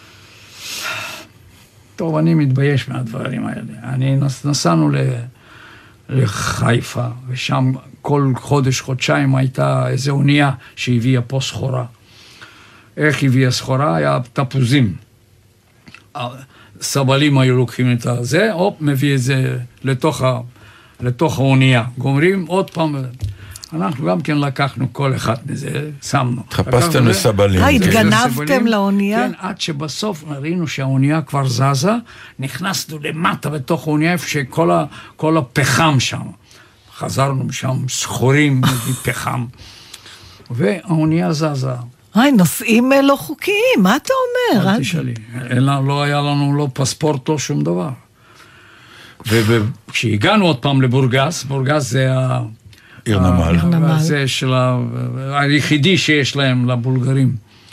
טוב, אני מתבייש מהדברים האלה. אני נסענו לחיפה, ושם כל חודש, חודשיים הייתה איזו אונייה שהביאה פה סחורה. איך הביאה סחורה? היה תפוזים. סבלים היו לוקחים את זה, הופ, מביא את זה לתוך, ה, לתוך האונייה. גומרים עוד פעם. אנחנו גם כן לקחנו כל אחד מזה, שמנו. תחפשתם לסבלים. אה, התגנבתם לאונייה? כן, עד שבסוף ראינו שהאונייה כבר זזה, נכנסנו למטה בתוך האונייה, איפה שכל ה, כל הפחם שם. חזרנו שם סחורים מפחם, והאונייה זזה. היי, נושאים לא חוקיים, מה אתה אומר? אל תשאלי, לא היה לנו לא פספורט, לא שום דבר. וכשהגענו עוד פעם לבורגס, בורגס זה ה... עיר נמל. זה של היחידי שיש להם לבולגרים.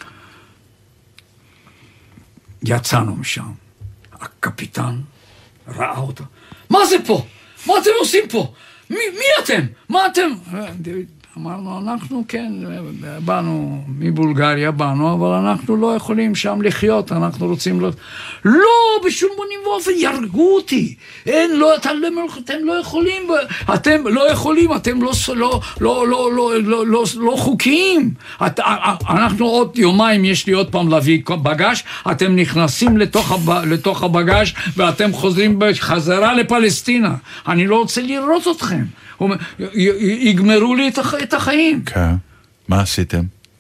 יצאנו משם, הקפיטן ראה אותו. מה זה פה? מה אתם עושים פה? מי, מי אתם? מה אתם? אמרנו, אנחנו כן, באנו מבולגריה, באנו, אבל אנחנו לא יכולים שם לחיות, אנחנו רוצים לא... לא, בשום פנים ואופן, ירגו אותי. אין, לא, אתם לא, אתם לא יכולים, אתם לא יכולים, אתם לא, לא, לא, לא, לא, לא, לא, לא חוקיים. את, אנחנו עוד יומיים, יש לי עוד פעם להביא בגש, אתם נכנסים לתוך, הב, לתוך הבגש, ואתם חוזרים בחזרה לפלסטינה. אני לא רוצה לראות אתכם. יגמרו לי את החיים. כן. מה עשיתם?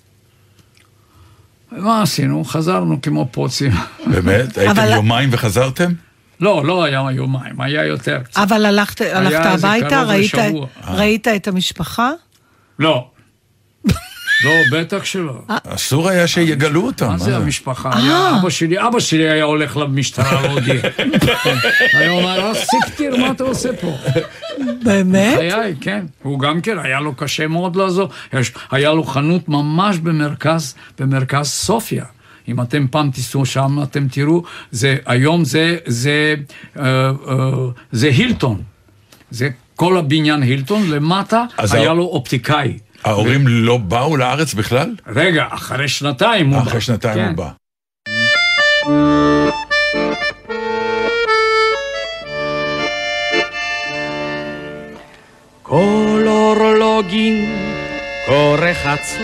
מה עשינו? חזרנו כמו פוצים. באמת? הייתם יומיים וחזרתם? לא, לא היה יומיים, היה יותר קצת. אבל הלכת הביתה? ראית את המשפחה? לא. לא, בטח שלא. אסור היה שיגלו אותם. מה זה המשפחה? אבא שלי, אבא שלי היה הולך למשטרה להודיע. היה אומר, סיקטיר, מה אתה עושה פה? באמת? היה, כן. הוא גם כן, היה לו קשה מאוד לעזור. היה לו חנות ממש במרכז, במרכז סופיה. אם אתם פעם תיסעו שם, אתם תראו, היום זה, זה, זה הילטון. זה כל הבניין הילטון, למטה היה לו אופטיקאי. ההורים לא באו לארץ בכלל? רגע, אחרי שנתיים הוא בא. אחרי שנתיים הוא בא. כל אורלוגין קורא חצות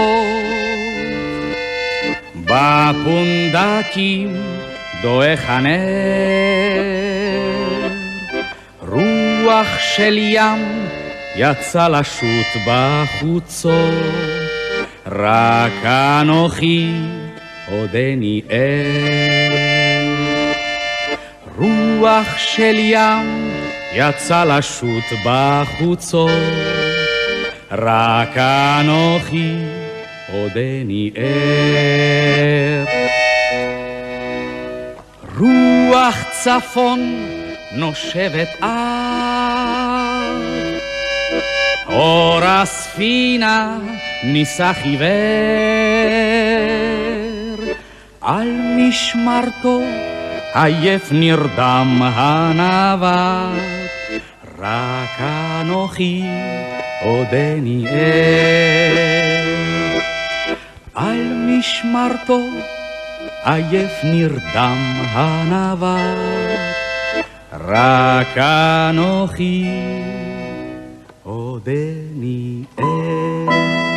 בפונדקים דועך הנר רוח של ים יצא לשוט בחוצות, רק אנוכי עודני ער. רוח של ים יצא לשוט בחוצות, רק אנוכי עודני ער. רוח צפון נושבת עד, אור הספינה ניסה חיוור, על משמרתו עייף נרדם הנווט, רק אנוכי עודני ער. על משמרתו עייף נרדם הנווט, רק אנוכי עודני ער.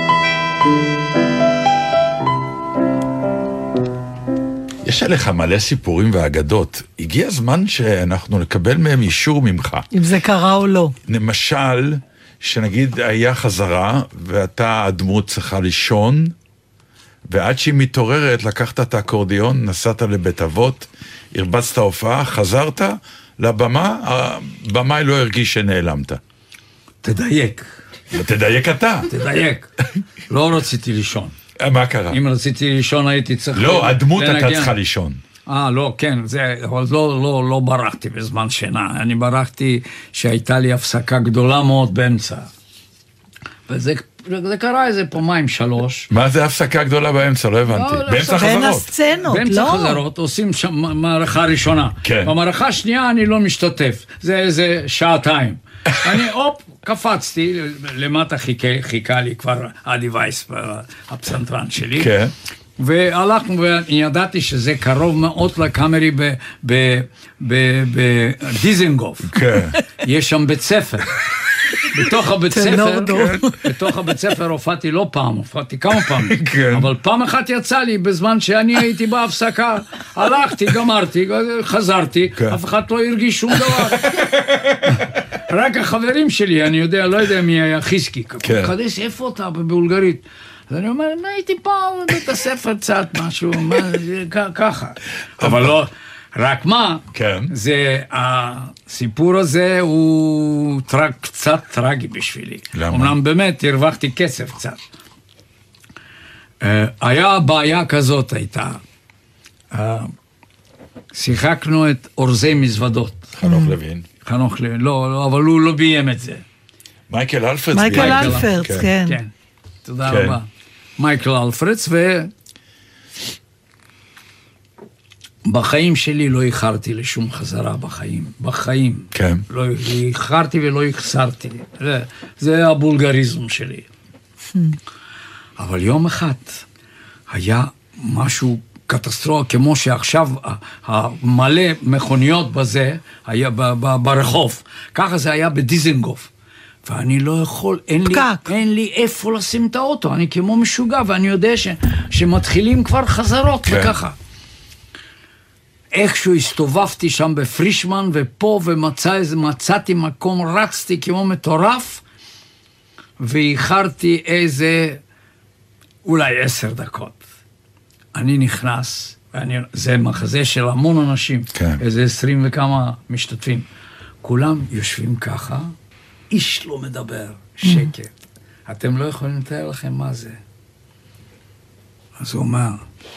יש עליך מלא סיפורים ואגדות. הגיע הזמן שאנחנו נקבל מהם אישור ממך. אם זה קרה או לא. למשל, שנגיד היה חזרה, ואתה הדמות צריכה לישון, ועד שהיא מתעוררת, לקחת את האקורדיון, נסעת לבית אבות, הרבצת הופעה, חזרת לבמה, הבמה לא הרגיש שנעלמת. תדייק. תדייק אתה. תדייק. לא רציתי לישון. מה קרה? אם רציתי לישון הייתי צריך... לא, הדמות לנגן. אתה צריכה לישון. אה, לא, כן, זה, אבל לא, לא, לא ברחתי בזמן שינה. אני ברחתי שהייתה לי הפסקה גדולה מאוד באמצע. וזה זה קרה איזה פעמיים שלוש. מה זה הפסקה גדולה באמצע? לא הבנתי. לא, לא, באמצע בין חזרות. הסצנות, באמצע לא. חזרות עושים שם מערכה ראשונה. כן. במערכה השנייה אני לא משתתף. זה איזה שעתיים. אני, אופ, קפצתי, למטה חיכה, חיכה לי כבר אדי וייס, הפסנתרן שלי. כן. והלכנו, וידעתי שזה קרוב מאוד לקאמרי בדיזנגוף. כן. יש שם בית ספר. בתוך הבית ספר, בתוך הבית ספר הופעתי לא פעם, הופעתי כמה פעמים. כן. אבל פעם אחת יצא לי, בזמן שאני הייתי בהפסקה, הלכתי, גמרתי, חזרתי, אף אחד לא הרגיש שום דבר. רק החברים שלי, אני יודע, לא יודע מי היה חיסקי. חדש, איפה אתה בבולגרית? אז אני אומר, הייתי פעם בבית הספר קצת משהו, ככה. אבל לא, רק מה, זה, הסיפור הזה הוא קצת טרגי בשבילי. למה? אמנם באמת הרווחתי כסף קצת. היה בעיה כזאת הייתה. שיחקנו את אורזי מזוודות. חנוך לוין. חנוך לוין, לא, אבל הוא לא ביים את זה. מייקל אלפרץ. מייקל אלפרץ, כן. כן, תודה רבה. מייקל אלפרץ, ובחיים שלי לא איחרתי לשום חזרה בחיים, בחיים. כן. לא איחרתי ולא יחסרתי. זה, זה הבולגריזם שלי. אבל יום אחד היה משהו קטסטרופה, כמו שעכשיו המלא מכוניות בזה, היה ברחוב. ככה זה היה בדיזנגוף. ואני לא יכול, אין לי, אין לי איפה לשים את האוטו, אני כמו משוגע, ואני יודע ש, שמתחילים כבר חזרות, כן. וככה. איכשהו הסתובבתי שם בפרישמן, ופה ומצא איזה, מצאתי מקום, רצתי כמו מטורף, ואיחרתי איזה, אולי עשר דקות. אני נכנס, ואני, זה מחזה של המון אנשים, כן. איזה עשרים וכמה משתתפים. כולם יושבים ככה, איש לא מדבר, שקט. אתם לא יכולים לתאר לכם מה זה. אז הוא אומר,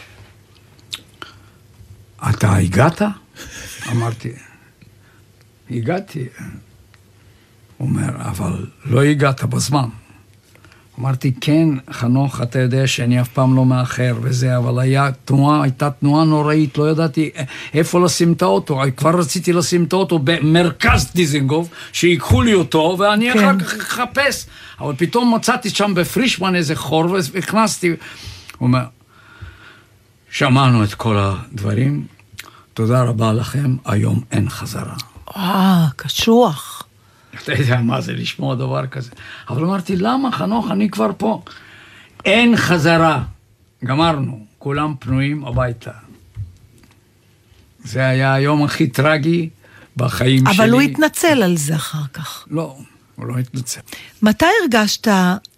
אתה הגעת? אמרתי, הגעתי. הוא אומר, אבל לא הגעת בזמן. אמרתי, כן, חנוך, אתה יודע שאני אף פעם לא מאחר וזה, אבל היה תנועה, הייתה תנועה נוראית, לא ידעתי איפה לשים את האוטו, כבר רציתי לשים את האוטו במרכז דיזנגוף, שיקחו לי אותו, ואני כן. אחר כך אחפש, אבל פתאום מצאתי שם בפרישמן איזה חור, והכנסתי, הוא אומר, שמענו את כל הדברים, תודה רבה לכם, היום אין חזרה. אה, קשוח. אתה יודע מה זה לשמוע דבר כזה. אבל אמרתי, למה חנוך, אני כבר פה. אין חזרה. גמרנו, כולם פנויים הביתה. זה היה היום הכי טרגי בחיים אבל שלי. אבל הוא התנצל על זה אחר כך. לא, הוא לא התנצל. מתי הרגשת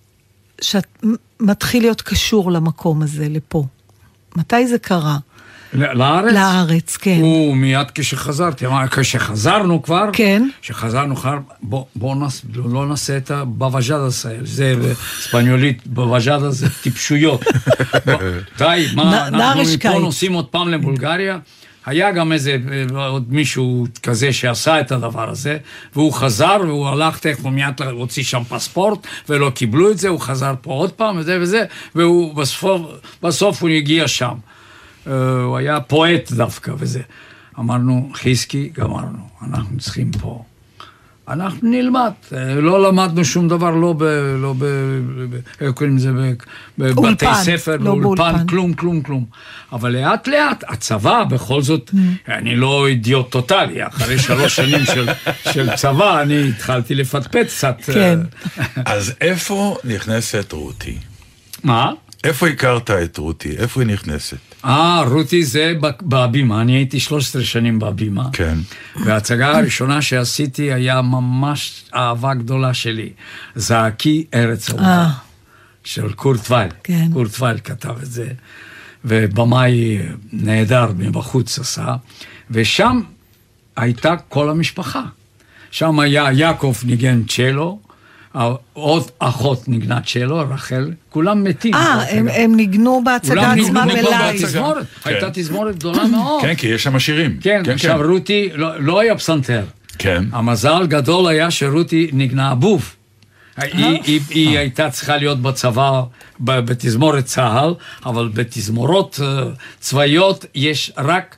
שאת מתחיל להיות קשור למקום הזה, לפה? מתי זה קרה? לארץ? לארץ, כן. הוא מיד כשחזרתי, כשחזרנו כבר, כן. כשחזרנו כבר, בוא, בוא נס, לא נעשה את הבווז'אדה, זה בספניולית, בווז'אדה זה טיפשויות. די, מה, אנחנו מפה נוסעים עוד פעם לבולגריה, היה גם איזה, עוד מישהו כזה שעשה את הדבר הזה, והוא חזר, והוא הלך תכף מיד להוציא שם פספורט, ולא קיבלו את זה, הוא חזר פה עוד פעם, וזה וזה, והוא בסוף, בסוף הוא הגיע שם. הוא היה פואט דווקא וזה. אמרנו, חיסקי, גמרנו, אנחנו צריכים פה. אנחנו נלמד, לא למדנו שום דבר, לא ב... לא ב... איך קוראים לזה? בבתי ספר, לא אולפן, כלום, כלום, כלום. אבל לאט לאט, הצבא, בכל זאת, אני לא אידיוט טוטלי, אחרי שלוש שנים של צבא, אני התחלתי לפטפט קצת. כן. אז איפה נכנסת רותי? מה? איפה הכרת את רותי? איפה היא נכנסת? אה, רותי זה בהבימה, אני הייתי שלוש עשרה שנים בהבימה. כן. וההצגה הראשונה שעשיתי היה ממש אהבה גדולה שלי. זעקי ארץ אהובה. של קורט וייל. כן. קורט וייל כתב את זה. ובמאי נהדר מבחוץ עשה. ושם הייתה כל המשפחה. שם היה יעקב ניגן צ'לו, עוד אחות נגנה צ'לו, רחל, כולם מתים. אה, הם ניגנו בהצגה עצמה בלייב. הייתה תזמורת גדולה מאוד. כן, כי יש שם שירים. כן, עכשיו רותי, לא היה פסנתר. כן. המזל גדול היה שרותי נגנה אבוב. היא הייתה צריכה להיות בצבא, בתזמורת צהל, אבל בתזמורות צבאיות יש רק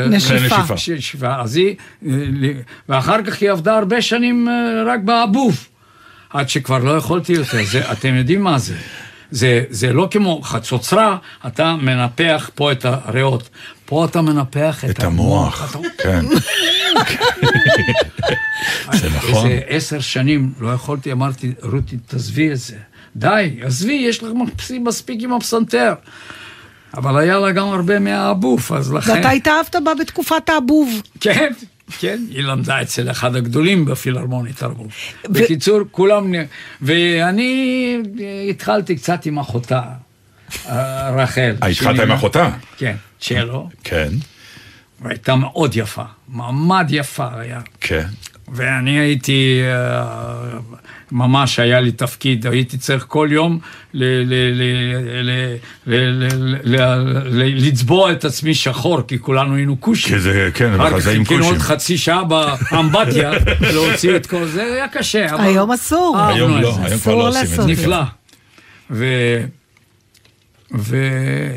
נשיפה. אז היא, ואחר כך היא עבדה הרבה שנים רק באבוב. עד שכבר לא יכולתי יותר, זה, אתם יודעים מה זה? זה, זה לא כמו חצוצרה, אתה מנפח פה את הריאות, פה אתה מנפח את, את המוח. המוח. כן. זה נכון. איזה עשר שנים לא יכולתי, אמרתי, רותי, תעזבי את זה. די, עזבי, יש לך מספיק עם הפסנתר. אבל היה לה גם הרבה מהאבוב, אז לכן... ואתה התאהבת בה בתקופת האבוב. כן. כן, היא למדה אצל אחד הגדולים בפילהרמונית אבוב. בקיצור, כולם... ואני התחלתי קצת עם אחותה, רחל. התחלת עם אחותה? כן, צ'לו. כן. והייתה מאוד יפה, מעמד יפה היה. כן. ואני הייתי, ממש היה לי תפקיד, הייתי צריך כל יום לצבוע את עצמי שחור, כי כולנו היינו קושים. כי זה, כן, וחזאים קושים. עוד חצי שעה באמבטיה, להוציא את כל זה, היה קשה. היום אסור. היום לא, היום כבר לא עושים את זה. נפלא. ויום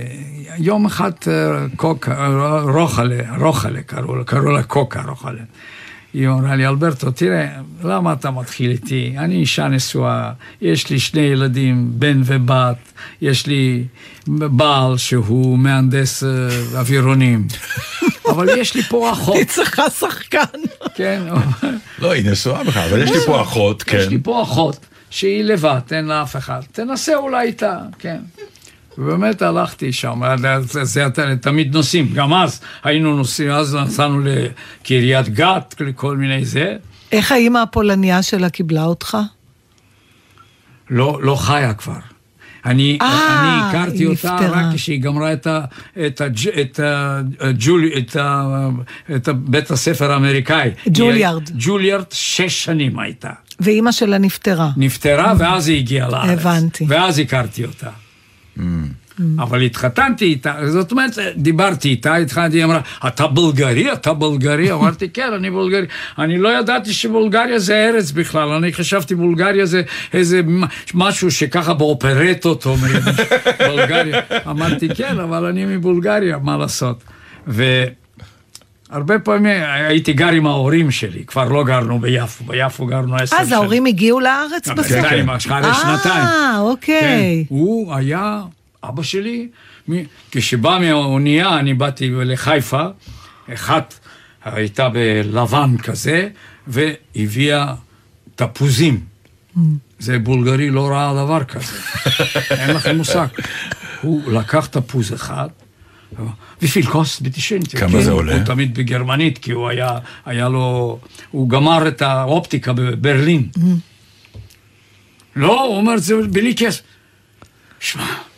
אחד קוקה, רוחלה, רוחלה קראו לה קוקה, רוחלה. היא אמרה לי, אלברטו, תראה, למה אתה מתחיל איתי? אני אישה נשואה, יש לי שני ילדים, בן ובת, יש לי בעל שהוא מהנדס אווירונים, אבל יש לי פה אחות. היא צריכה שחקן. כן. לא, היא נשואה בכלל, אבל יש לי פה אחות, כן. יש לי פה אחות, שהיא לבד, אין לה אף אחד. תנסה אולי איתה, כן. ובאמת הלכתי שם, זה תמיד נוסעים, גם אז היינו נוסעים, אז נסענו לקריית גת, לכל מיני זה. איך האמא הפולניה שלה קיבלה אותך? לא, לא חיה כבר. אני, 아, אני הכרתי אותה נפטרה. רק כשהיא גמרה את, ה, את, ה, את, ה, ג'ולי, את, ה, את בית הספר האמריקאי. ג'וליארד. ג'וליארד שש שנים הייתה. ואמא שלה נפטרה. נפטרה, ואז היא הגיעה לארץ. הבנתי. ואז הכרתי אותה. אבל התחתנתי איתה, זאת אומרת, דיברתי איתה, התחתנתי, היא אמרה, אתה בולגרי, אתה בולגרי? אמרתי, כן, אני בולגרי. אני לא ידעתי שבולגריה זה ארץ בכלל, אני חשבתי בולגריה זה איזה משהו שככה באופרטות, או מבולגריה. אמרתי, כן, אבל אני מבולגריה, מה לעשות? והרבה פעמים הייתי גר עם ההורים שלי, כבר לא גרנו ביפו, ביפו גרנו עשר שנים. אז ההורים הגיעו לארץ בסוף? כן, אחרי שנתיים. אה, אוקיי. הוא היה... אבא שלי, כשבא מהאונייה, אני באתי לחיפה, אחת הייתה בלבן כזה, והביאה תפוזים. זה בולגרי לא ראה דבר כזה. אין לכם מושג. הוא לקח תפוז אחד, ופילקוס בתשעינתי. כמה זה עולה? הוא תמיד בגרמנית, כי הוא היה, היה לו, הוא גמר את האופטיקה בברלין. לא, הוא אומר, זה בלי כסף. שמע,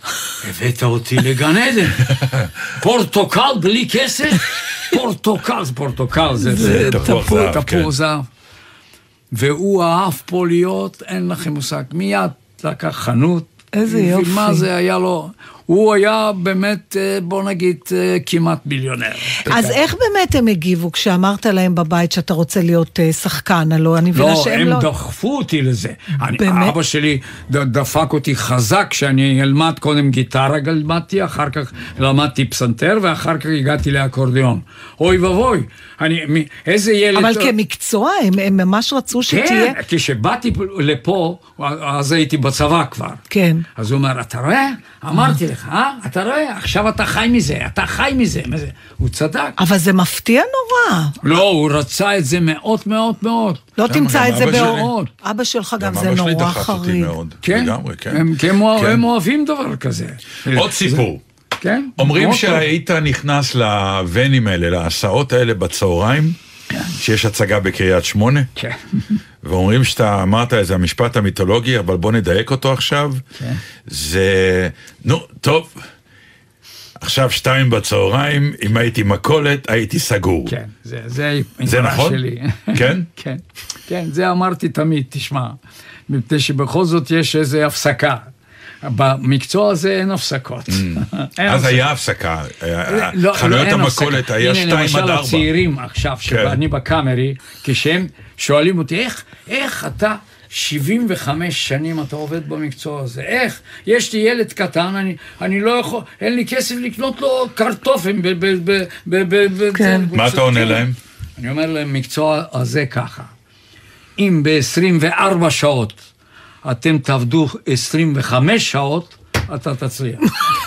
הבאת אותי לגן עדן. פורטוקל בלי כסף? פורטוקל, זה פורטוקל, זה תפוח זהב. והוא אהב פה להיות, אין לכם מושג, מיד לקח חנות. איזה יופי. מה זה היה לו? הוא היה באמת, בוא נגיד, כמעט מיליונר. אז איך באמת הם הגיבו כשאמרת להם בבית שאתה רוצה להיות שחקן? הלוא אני מבינה לא, שהם הם לא... דחפו אותי לזה. אני, באמת? אבא שלי דפק אותי חזק שאני אלמד קודם גיטרה, למדתי, אחר כך למדתי פסנתר, ואחר כך הגעתי לאקורדיון. אוי ובוי, אני, איזה ילד... אבל כמקצוע, הם, הם ממש רצו שתהיה... כן, כשבאתי לפה, אז הייתי בצבא כבר. כן. אז הוא אומר, אתה רואה? אמרתי לך, אה? אתה רואה? עכשיו אתה חי מזה, אתה חי מזה. הוא צדק. אבל זה מפתיע נורא. לא, הוא רצה את זה מאוד מאוד מאוד. לא תמצא את זה באורות. שלי. אבא שלך גם זה גם נורא אבא שלי דחף אותי חריג. מאוד. כן, לגמרי, כן. הם, כן. כן. הם אוהבים דבר כזה. עוד סיפור. כן. אומרים שהיית נכנס לוונים האלה, להסעות האלה בצהריים, שיש הצגה בקריית שמונה. כן. ואומרים שאתה אמרת איזה המשפט המיתולוגי, אבל בוא נדייק אותו עכשיו. כן. זה, נו, טוב, עכשיו שתיים בצהריים, אם הייתי מקולת, הייתי סגור. כן, זה, זה, זה נכון? שלי. כן? כן, כן, זה אמרתי תמיד, תשמע, מפני שבכל זאת יש איזו הפסקה. במקצוע הזה אין הפסקות. אז היה הפסקה, חנויות המקולת היה שתיים עד ארבע. הנה למשל הצעירים עכשיו, שאני בקאמרי, כשהם שואלים אותי, איך אתה שבעים וחמש שנים אתה עובד במקצוע הזה? איך? יש לי ילד קטן, אני, אני לא יכול, אין לי כסף לקנות לו קרטופים. מה אתה עונה להם? אני אומר להם, מקצוע הזה ככה. אם ב-עשרים וארבע שעות אתם תעבדו עשרים וחמש שעות, אתה תצליח.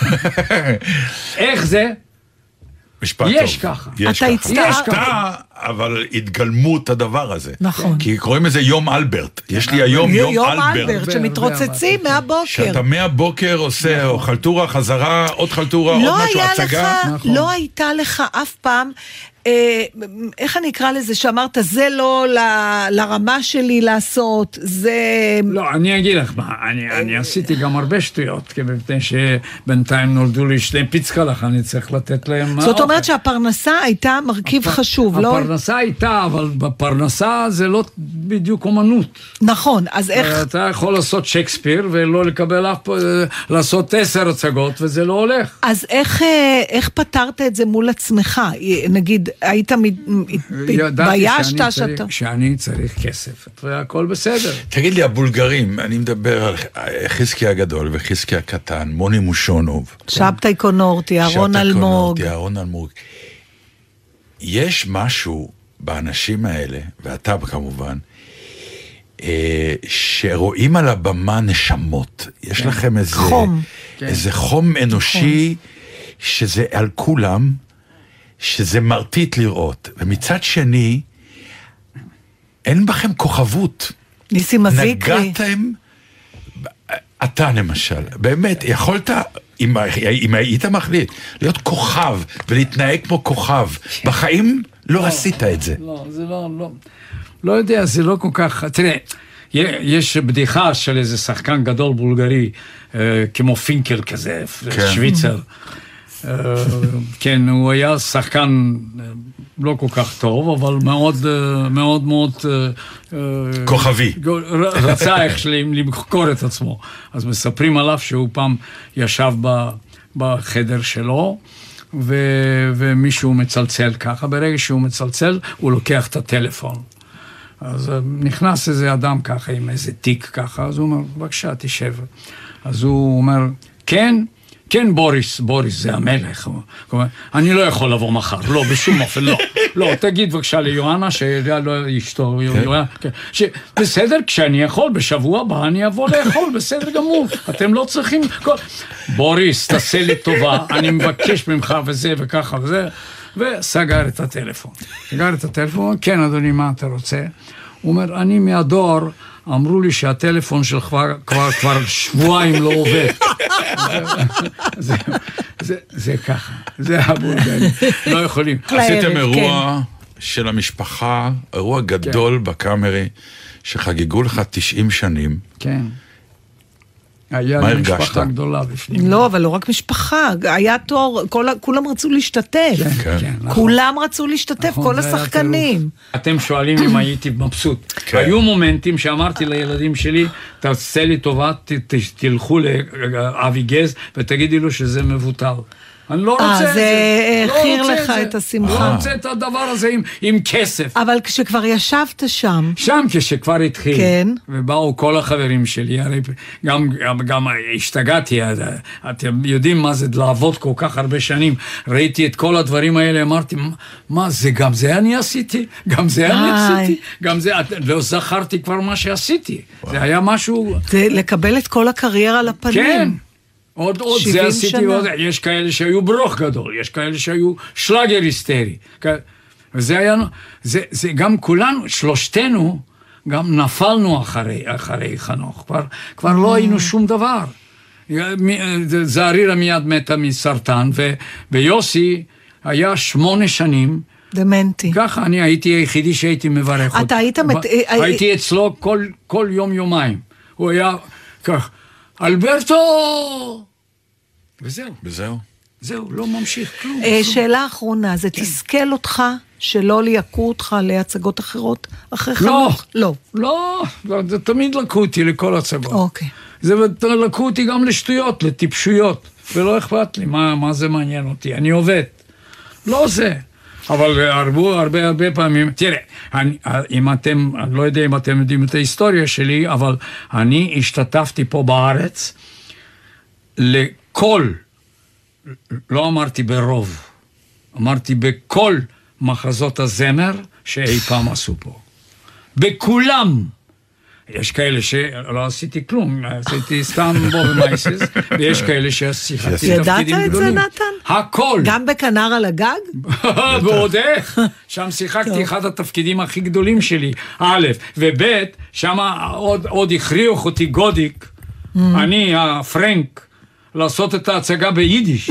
איך זה? משפט טוב. יש ככה. יש אתה ככה. הצטער- יש ככה, אבל התגלמות הדבר הזה. נכון. כי קוראים לזה יום אלברט. יש לי היום יום יום אלברט. אלברט, שמתרוצצים מהבוקר. שאתה מהבוקר עושה או חלטורה, חזרה, עוד חלטורה, עוד לא משהו, היה הצגה. לך, לא הייתה לך אף פעם, אה, איך אני אקרא לזה, שאמרת, זה לא ל- לרמה שלי לעשות, זה... לא, אני אגיד לך מה, אני, אני עשיתי גם הרבה שטויות, כי מפני שבינתיים נולדו לי שני פיצקלח, אני צריך לתת להם... זאת אומרת שהפרנסה הייתה מרכיב חשוב, לא? הפרנסה הייתה, אבל בפרנסה זה לא בדיוק אומנות. נכון, אז איך... אתה יכול לעשות שייקספיר ולא לקבל אף פעם, לעשות עשר הצגות, וזה לא הולך. אז איך, אה, איך פתרת את זה מול עצמך? נגיד, היית התביישת שאתה... שאני צריך כסף, והכל בסדר. תגיד לי, הבולגרים, אני מדבר על חזקי הגדול וחזקי הקטן, מוני מושונוב. שבתאי קונורטי, אהרון שבתאי אלמוג. קונורטי, אהרון אלמוג. יש משהו באנשים האלה, ואתה כמובן, אה, שרואים על הבמה נשמות. יש כן. לכם איזה חום. איזה חום אנושי, שזה על כולם, שזה מרטיט לראות. ומצד שני, אין בכם כוכבות. ניסים מזיקרי. נגעתם, אתה למשל, באמת, יכולת, אם, אם היית מחליט, להיות כוכב ולהתנהג כמו כוכב, בחיים לא עשית את זה. לא, זה לא, לא, לא יודע, זה לא כל כך, תראה, יש בדיחה של איזה שחקן גדול בולגרי, כמו פינקל כזה, שוויצר, כן, הוא היה שחקן לא כל כך טוב, אבל מאוד, מאוד, מאוד... כוכבי. רצה איך למכור את עצמו. אז מספרים עליו שהוא פעם ישב בחדר שלו, ומישהו מצלצל ככה, ברגע שהוא מצלצל, הוא לוקח את הטלפון. אז נכנס איזה אדם ככה, עם איזה תיק ככה, אז הוא אומר, בבקשה, תשב. אז הוא אומר, כן, כן, בוריס, בוריס, זה המלך. אני לא יכול לבוא מחר, לא, בשום אופן, לא. לא, תגיד בבקשה ליואנה, שלא אשתו, בסדר, כשאני יכול, בשבוע הבא אני אבוא לאכול, בסדר גמור, אתם לא צריכים... בוריס, תעשה לי טובה, אני מבקש ממך וזה וככה וזה, וסגר את הטלפון. סגר את הטלפון, כן, אדוני, מה אתה רוצה? הוא אומר, אני מהדואר, אמרו לי שהטלפון שלך כבר, כבר, כבר שבועיים לא עובד. זה, זה, זה ככה, זה הבולגרי, לא יכולים. עשיתם אירוע של המשפחה, אירוע גדול בקאמרי, שחגגו לך תשעים שנים. כן. היה מה לי הרגשת? משפחה גדולה בפנים. לא, אבל לא רק משפחה, היה תור, כל, כולם רצו להשתתף. כן, כן, נכון. כולם רצו להשתתף, נכון, כל זה היה השחקנים. טירוף. אתם שואלים אם הייתי מבסוט. כן. היו מומנטים שאמרתי לילדים שלי, תעשה לי טובה, ת- ת- תלכו לאבי גז ותגידי לו שזה מבוטל. אני לא אה, רוצה את זה זה. לא החיר רוצה לך זה. את השמחה. לא רוצה את הדבר הזה עם, עם כסף. אבל כשכבר ישבת שם, שם כשכבר התחיל, כן. ובאו כל החברים שלי, הרי גם, גם, גם השתגעתי, אתם יודעים מה זה לעבוד כל כך הרבה שנים, ראיתי את כל הדברים האלה, אמרתי, מה זה, גם זה אני עשיתי, גם זה אני איי. עשיתי, גם זה, לא זכרתי כבר מה שעשיתי, זה היה משהו, זה לקבל את כל הקריירה לפנים. כן. עוד, עוד זה שבעים עשיתי, שנה. עוד, יש כאלה שהיו ברוך גדול, יש כאלה שהיו שלאגר היסטרי. וזה היה, זה, זה גם כולנו, שלושתנו, גם נפלנו אחרי, אחרי חנוך. כבר, כבר לא היינו שום דבר. זערירה מיד מתה מסרטן, ו, ויוסי היה שמונה שנים, דמנטי. ככה אני הייתי היחידי שהייתי מברך אותו. אתה היית מת- הייתי אצלו כל, כל יום יומיים. הוא היה כך, אלברטו! וזהו, וזהו. זהו, לא ממשיך כלום. אה, שאלה אחרונה, זה תסכל אותך שלא ליעקו אותך להצגות אחרות אחרי חנוך? לא. לא, לא, זה תמיד לקחו אותי לכל הצגות. אוקיי. זה לקחו אותי גם לשטויות, לטיפשויות, ולא אכפת לי, מה, מה זה מעניין אותי, אני עובד. לא זה. אבל הרבה, הרבה, הרבה פעמים, תראה, אני, אם אתם, אני לא יודע אם אתם יודעים את ההיסטוריה שלי, אבל אני השתתפתי פה בארץ לכל, לא אמרתי ברוב, אמרתי בכל מחזות הזמר שאי פעם עשו פה. בכולם. יש כאלה שלא עשיתי כלום, עשיתי סתם בו במייסס, ויש כאלה שעשיתי תפקידים גדולים. ידעת את זה, נתן? הכל. גם בכנר על הגג? ועוד איך. שם שיחקתי אחד התפקידים הכי גדולים שלי, א', וב', שם עוד, עוד הכריח אותי גודיק, אני, הפרנק, לעשות את ההצגה ביידיש.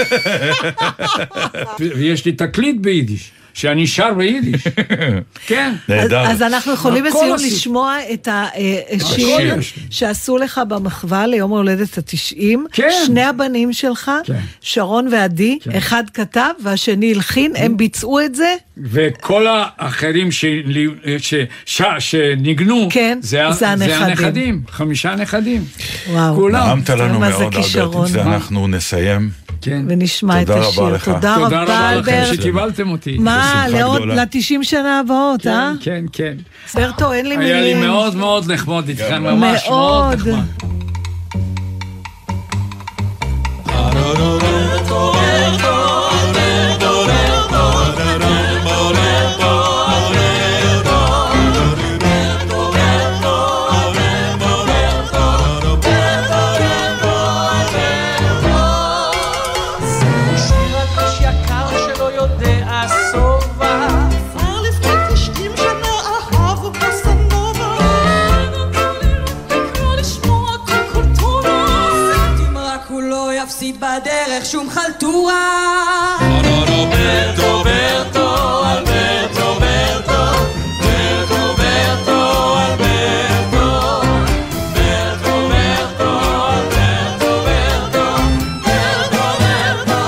ויש לי תקליט ביידיש. שאני שר ביידיש. כן. נהדר. אז אנחנו יכולים הכל בסיום עשית. לשמוע את השיר יש לי. שעשו לך במחווה ליום ההולדת התשעים. כן. שני הבנים שלך, כן. שרון ועדי, אחד כתב והשני הלחין, הם ביצעו את זה? וכל האחרים ש- ש- ש- שניגנו, כן, זה ה- זה זה הנכדים. הנכדים, חמישה נכדים. וואו. כולם. נעמת לנו מה זה מאוד, אלברט, כישרון. עם זה אנחנו נסיים. כן. ונשמע את תודה רבה השיר. לך. תודה תודה רבה לכם אלברט. שקיבלתם אותי. מה, בשמחה לעוד, גדולה. ל-תשעים שנה הבאות, אה? כן, כן, כן. ברטו, אין לי מילים. היה לי מאוד מאוד נחמד איתכם, ממש מאוד מאוד. נחמד. בדרך שום חלטורה Roberto, Berto, Alberto, Berto, Berto, Berto, Alberto, Berto, Berto, Alberto, Berto, Berto, Berto,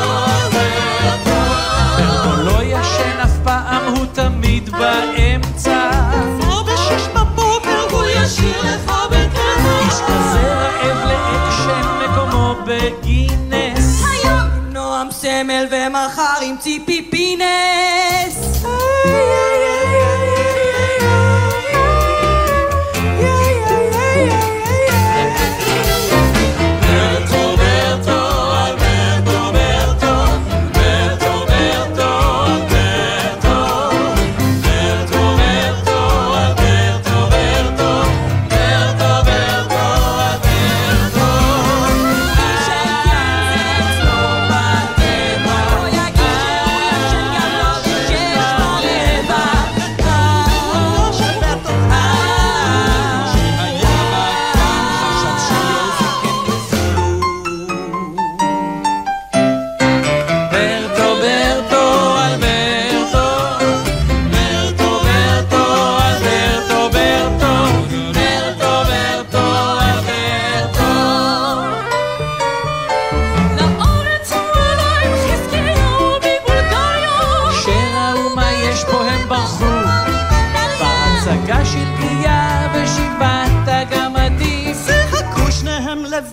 Alberto. לא ישן אף פעם, הוא תמיד באמצע. כבר בשש בבוקר הוא ישיר לך בקטע. איש כזה רעב לאקשן, מקומו בגינס. היום עם נועם סמל ומחר עם ציפי פינס. Berto, Berto, Alberto, Berto, Berto, Berto, Alberto, Berto, Berto, Alberto, Berto, Berto, Berto, Alberto. שכן זה אצלו בטבע, לא יגיד שגם לא שיש בו לבד.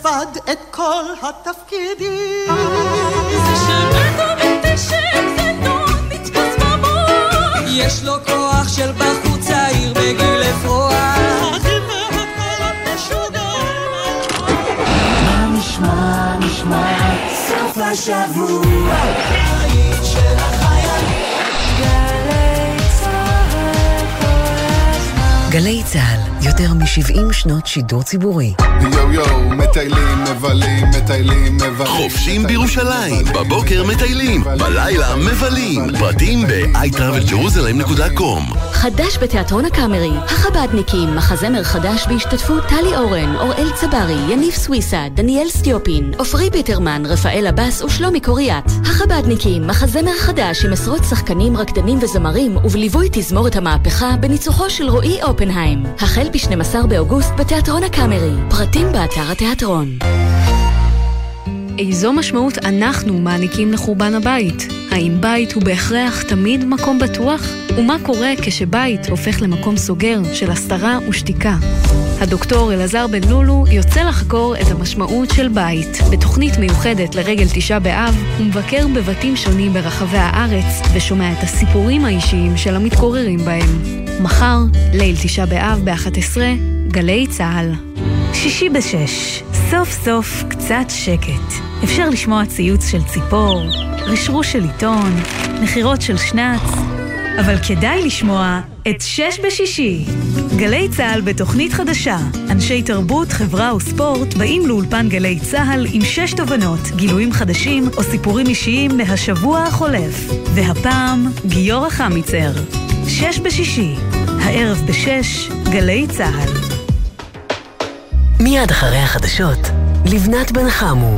לבד את כל התפקידים. זה שבאת ומתשב זה נועם נתפס במוח. יש לו כוח של בחור צעיר בגיל אפרוח. מה נשמע, נשמע, סוף השבוע, היית של החייל. גלי צהל כל הזמן. גלי צהל, יותר מ-שבעים שנות שידור ציבורי. יו יו, מטיילים, מבלים, מטיילים, מבלים. חופשים בירושלים, בבוקר מטיילים, בלילה מבלים. פרטים ב-איי טראבל ג'רוזלם דוט קום. חדש בתיאטרון הקאמרי, החבדניקים, מחזמר חדש בהשתתפות טלי אורן, אוראל צברי, יניב סוויסה, דניאל סטיופין, עופרי ביטרמן, רפאל אבס ושלומי קוריאט. החבדניקים, מחזמר חדש עם עשרות שחקנים, רקדנים וזמרים, ובליווי תזמורת המהפכה בניצוחו של רועי אופנהיים. החל ב-שנים עשר באוגוסט בתיאטרון הקאמרי. פרטים באתר התיאטרון. איזו משמעות אנחנו מעניקים לחורבן הבית? האם בית הוא בהכרח תמיד מקום בטוח? ומה קורה כשבית הופך למקום סוגר של הסתרה ושתיקה? הדוקטור אלעזר בן לולו יוצא לחקור את המשמעות של בית. בתוכנית מיוחדת לרגל תשעה באב, הוא מבקר בבתים שונים ברחבי הארץ ושומע את הסיפורים האישיים של המתגוררים בהם. מחר, ליל תשעה באב ב-אחת עשרה, גלי צהל. שישי בשש, סוף סוף קצת שקט. אפשר לשמוע ציוץ של ציפור, רשרוש של עיתון, נחירות של שנץ, אבל כדאי לשמוע את שש בשישי. גלי צהל בתוכנית חדשה. אנשי תרבות, חברה וספורט באים לאולפן גלי צהל עם שש תובנות, גילויים חדשים או סיפורים אישיים מהשבוע החולף. והפעם גיורא חמיצר. שש בשישי, הערב בשש, גלי צהל. מיד אחרי החדשות, לבנת בן חמו.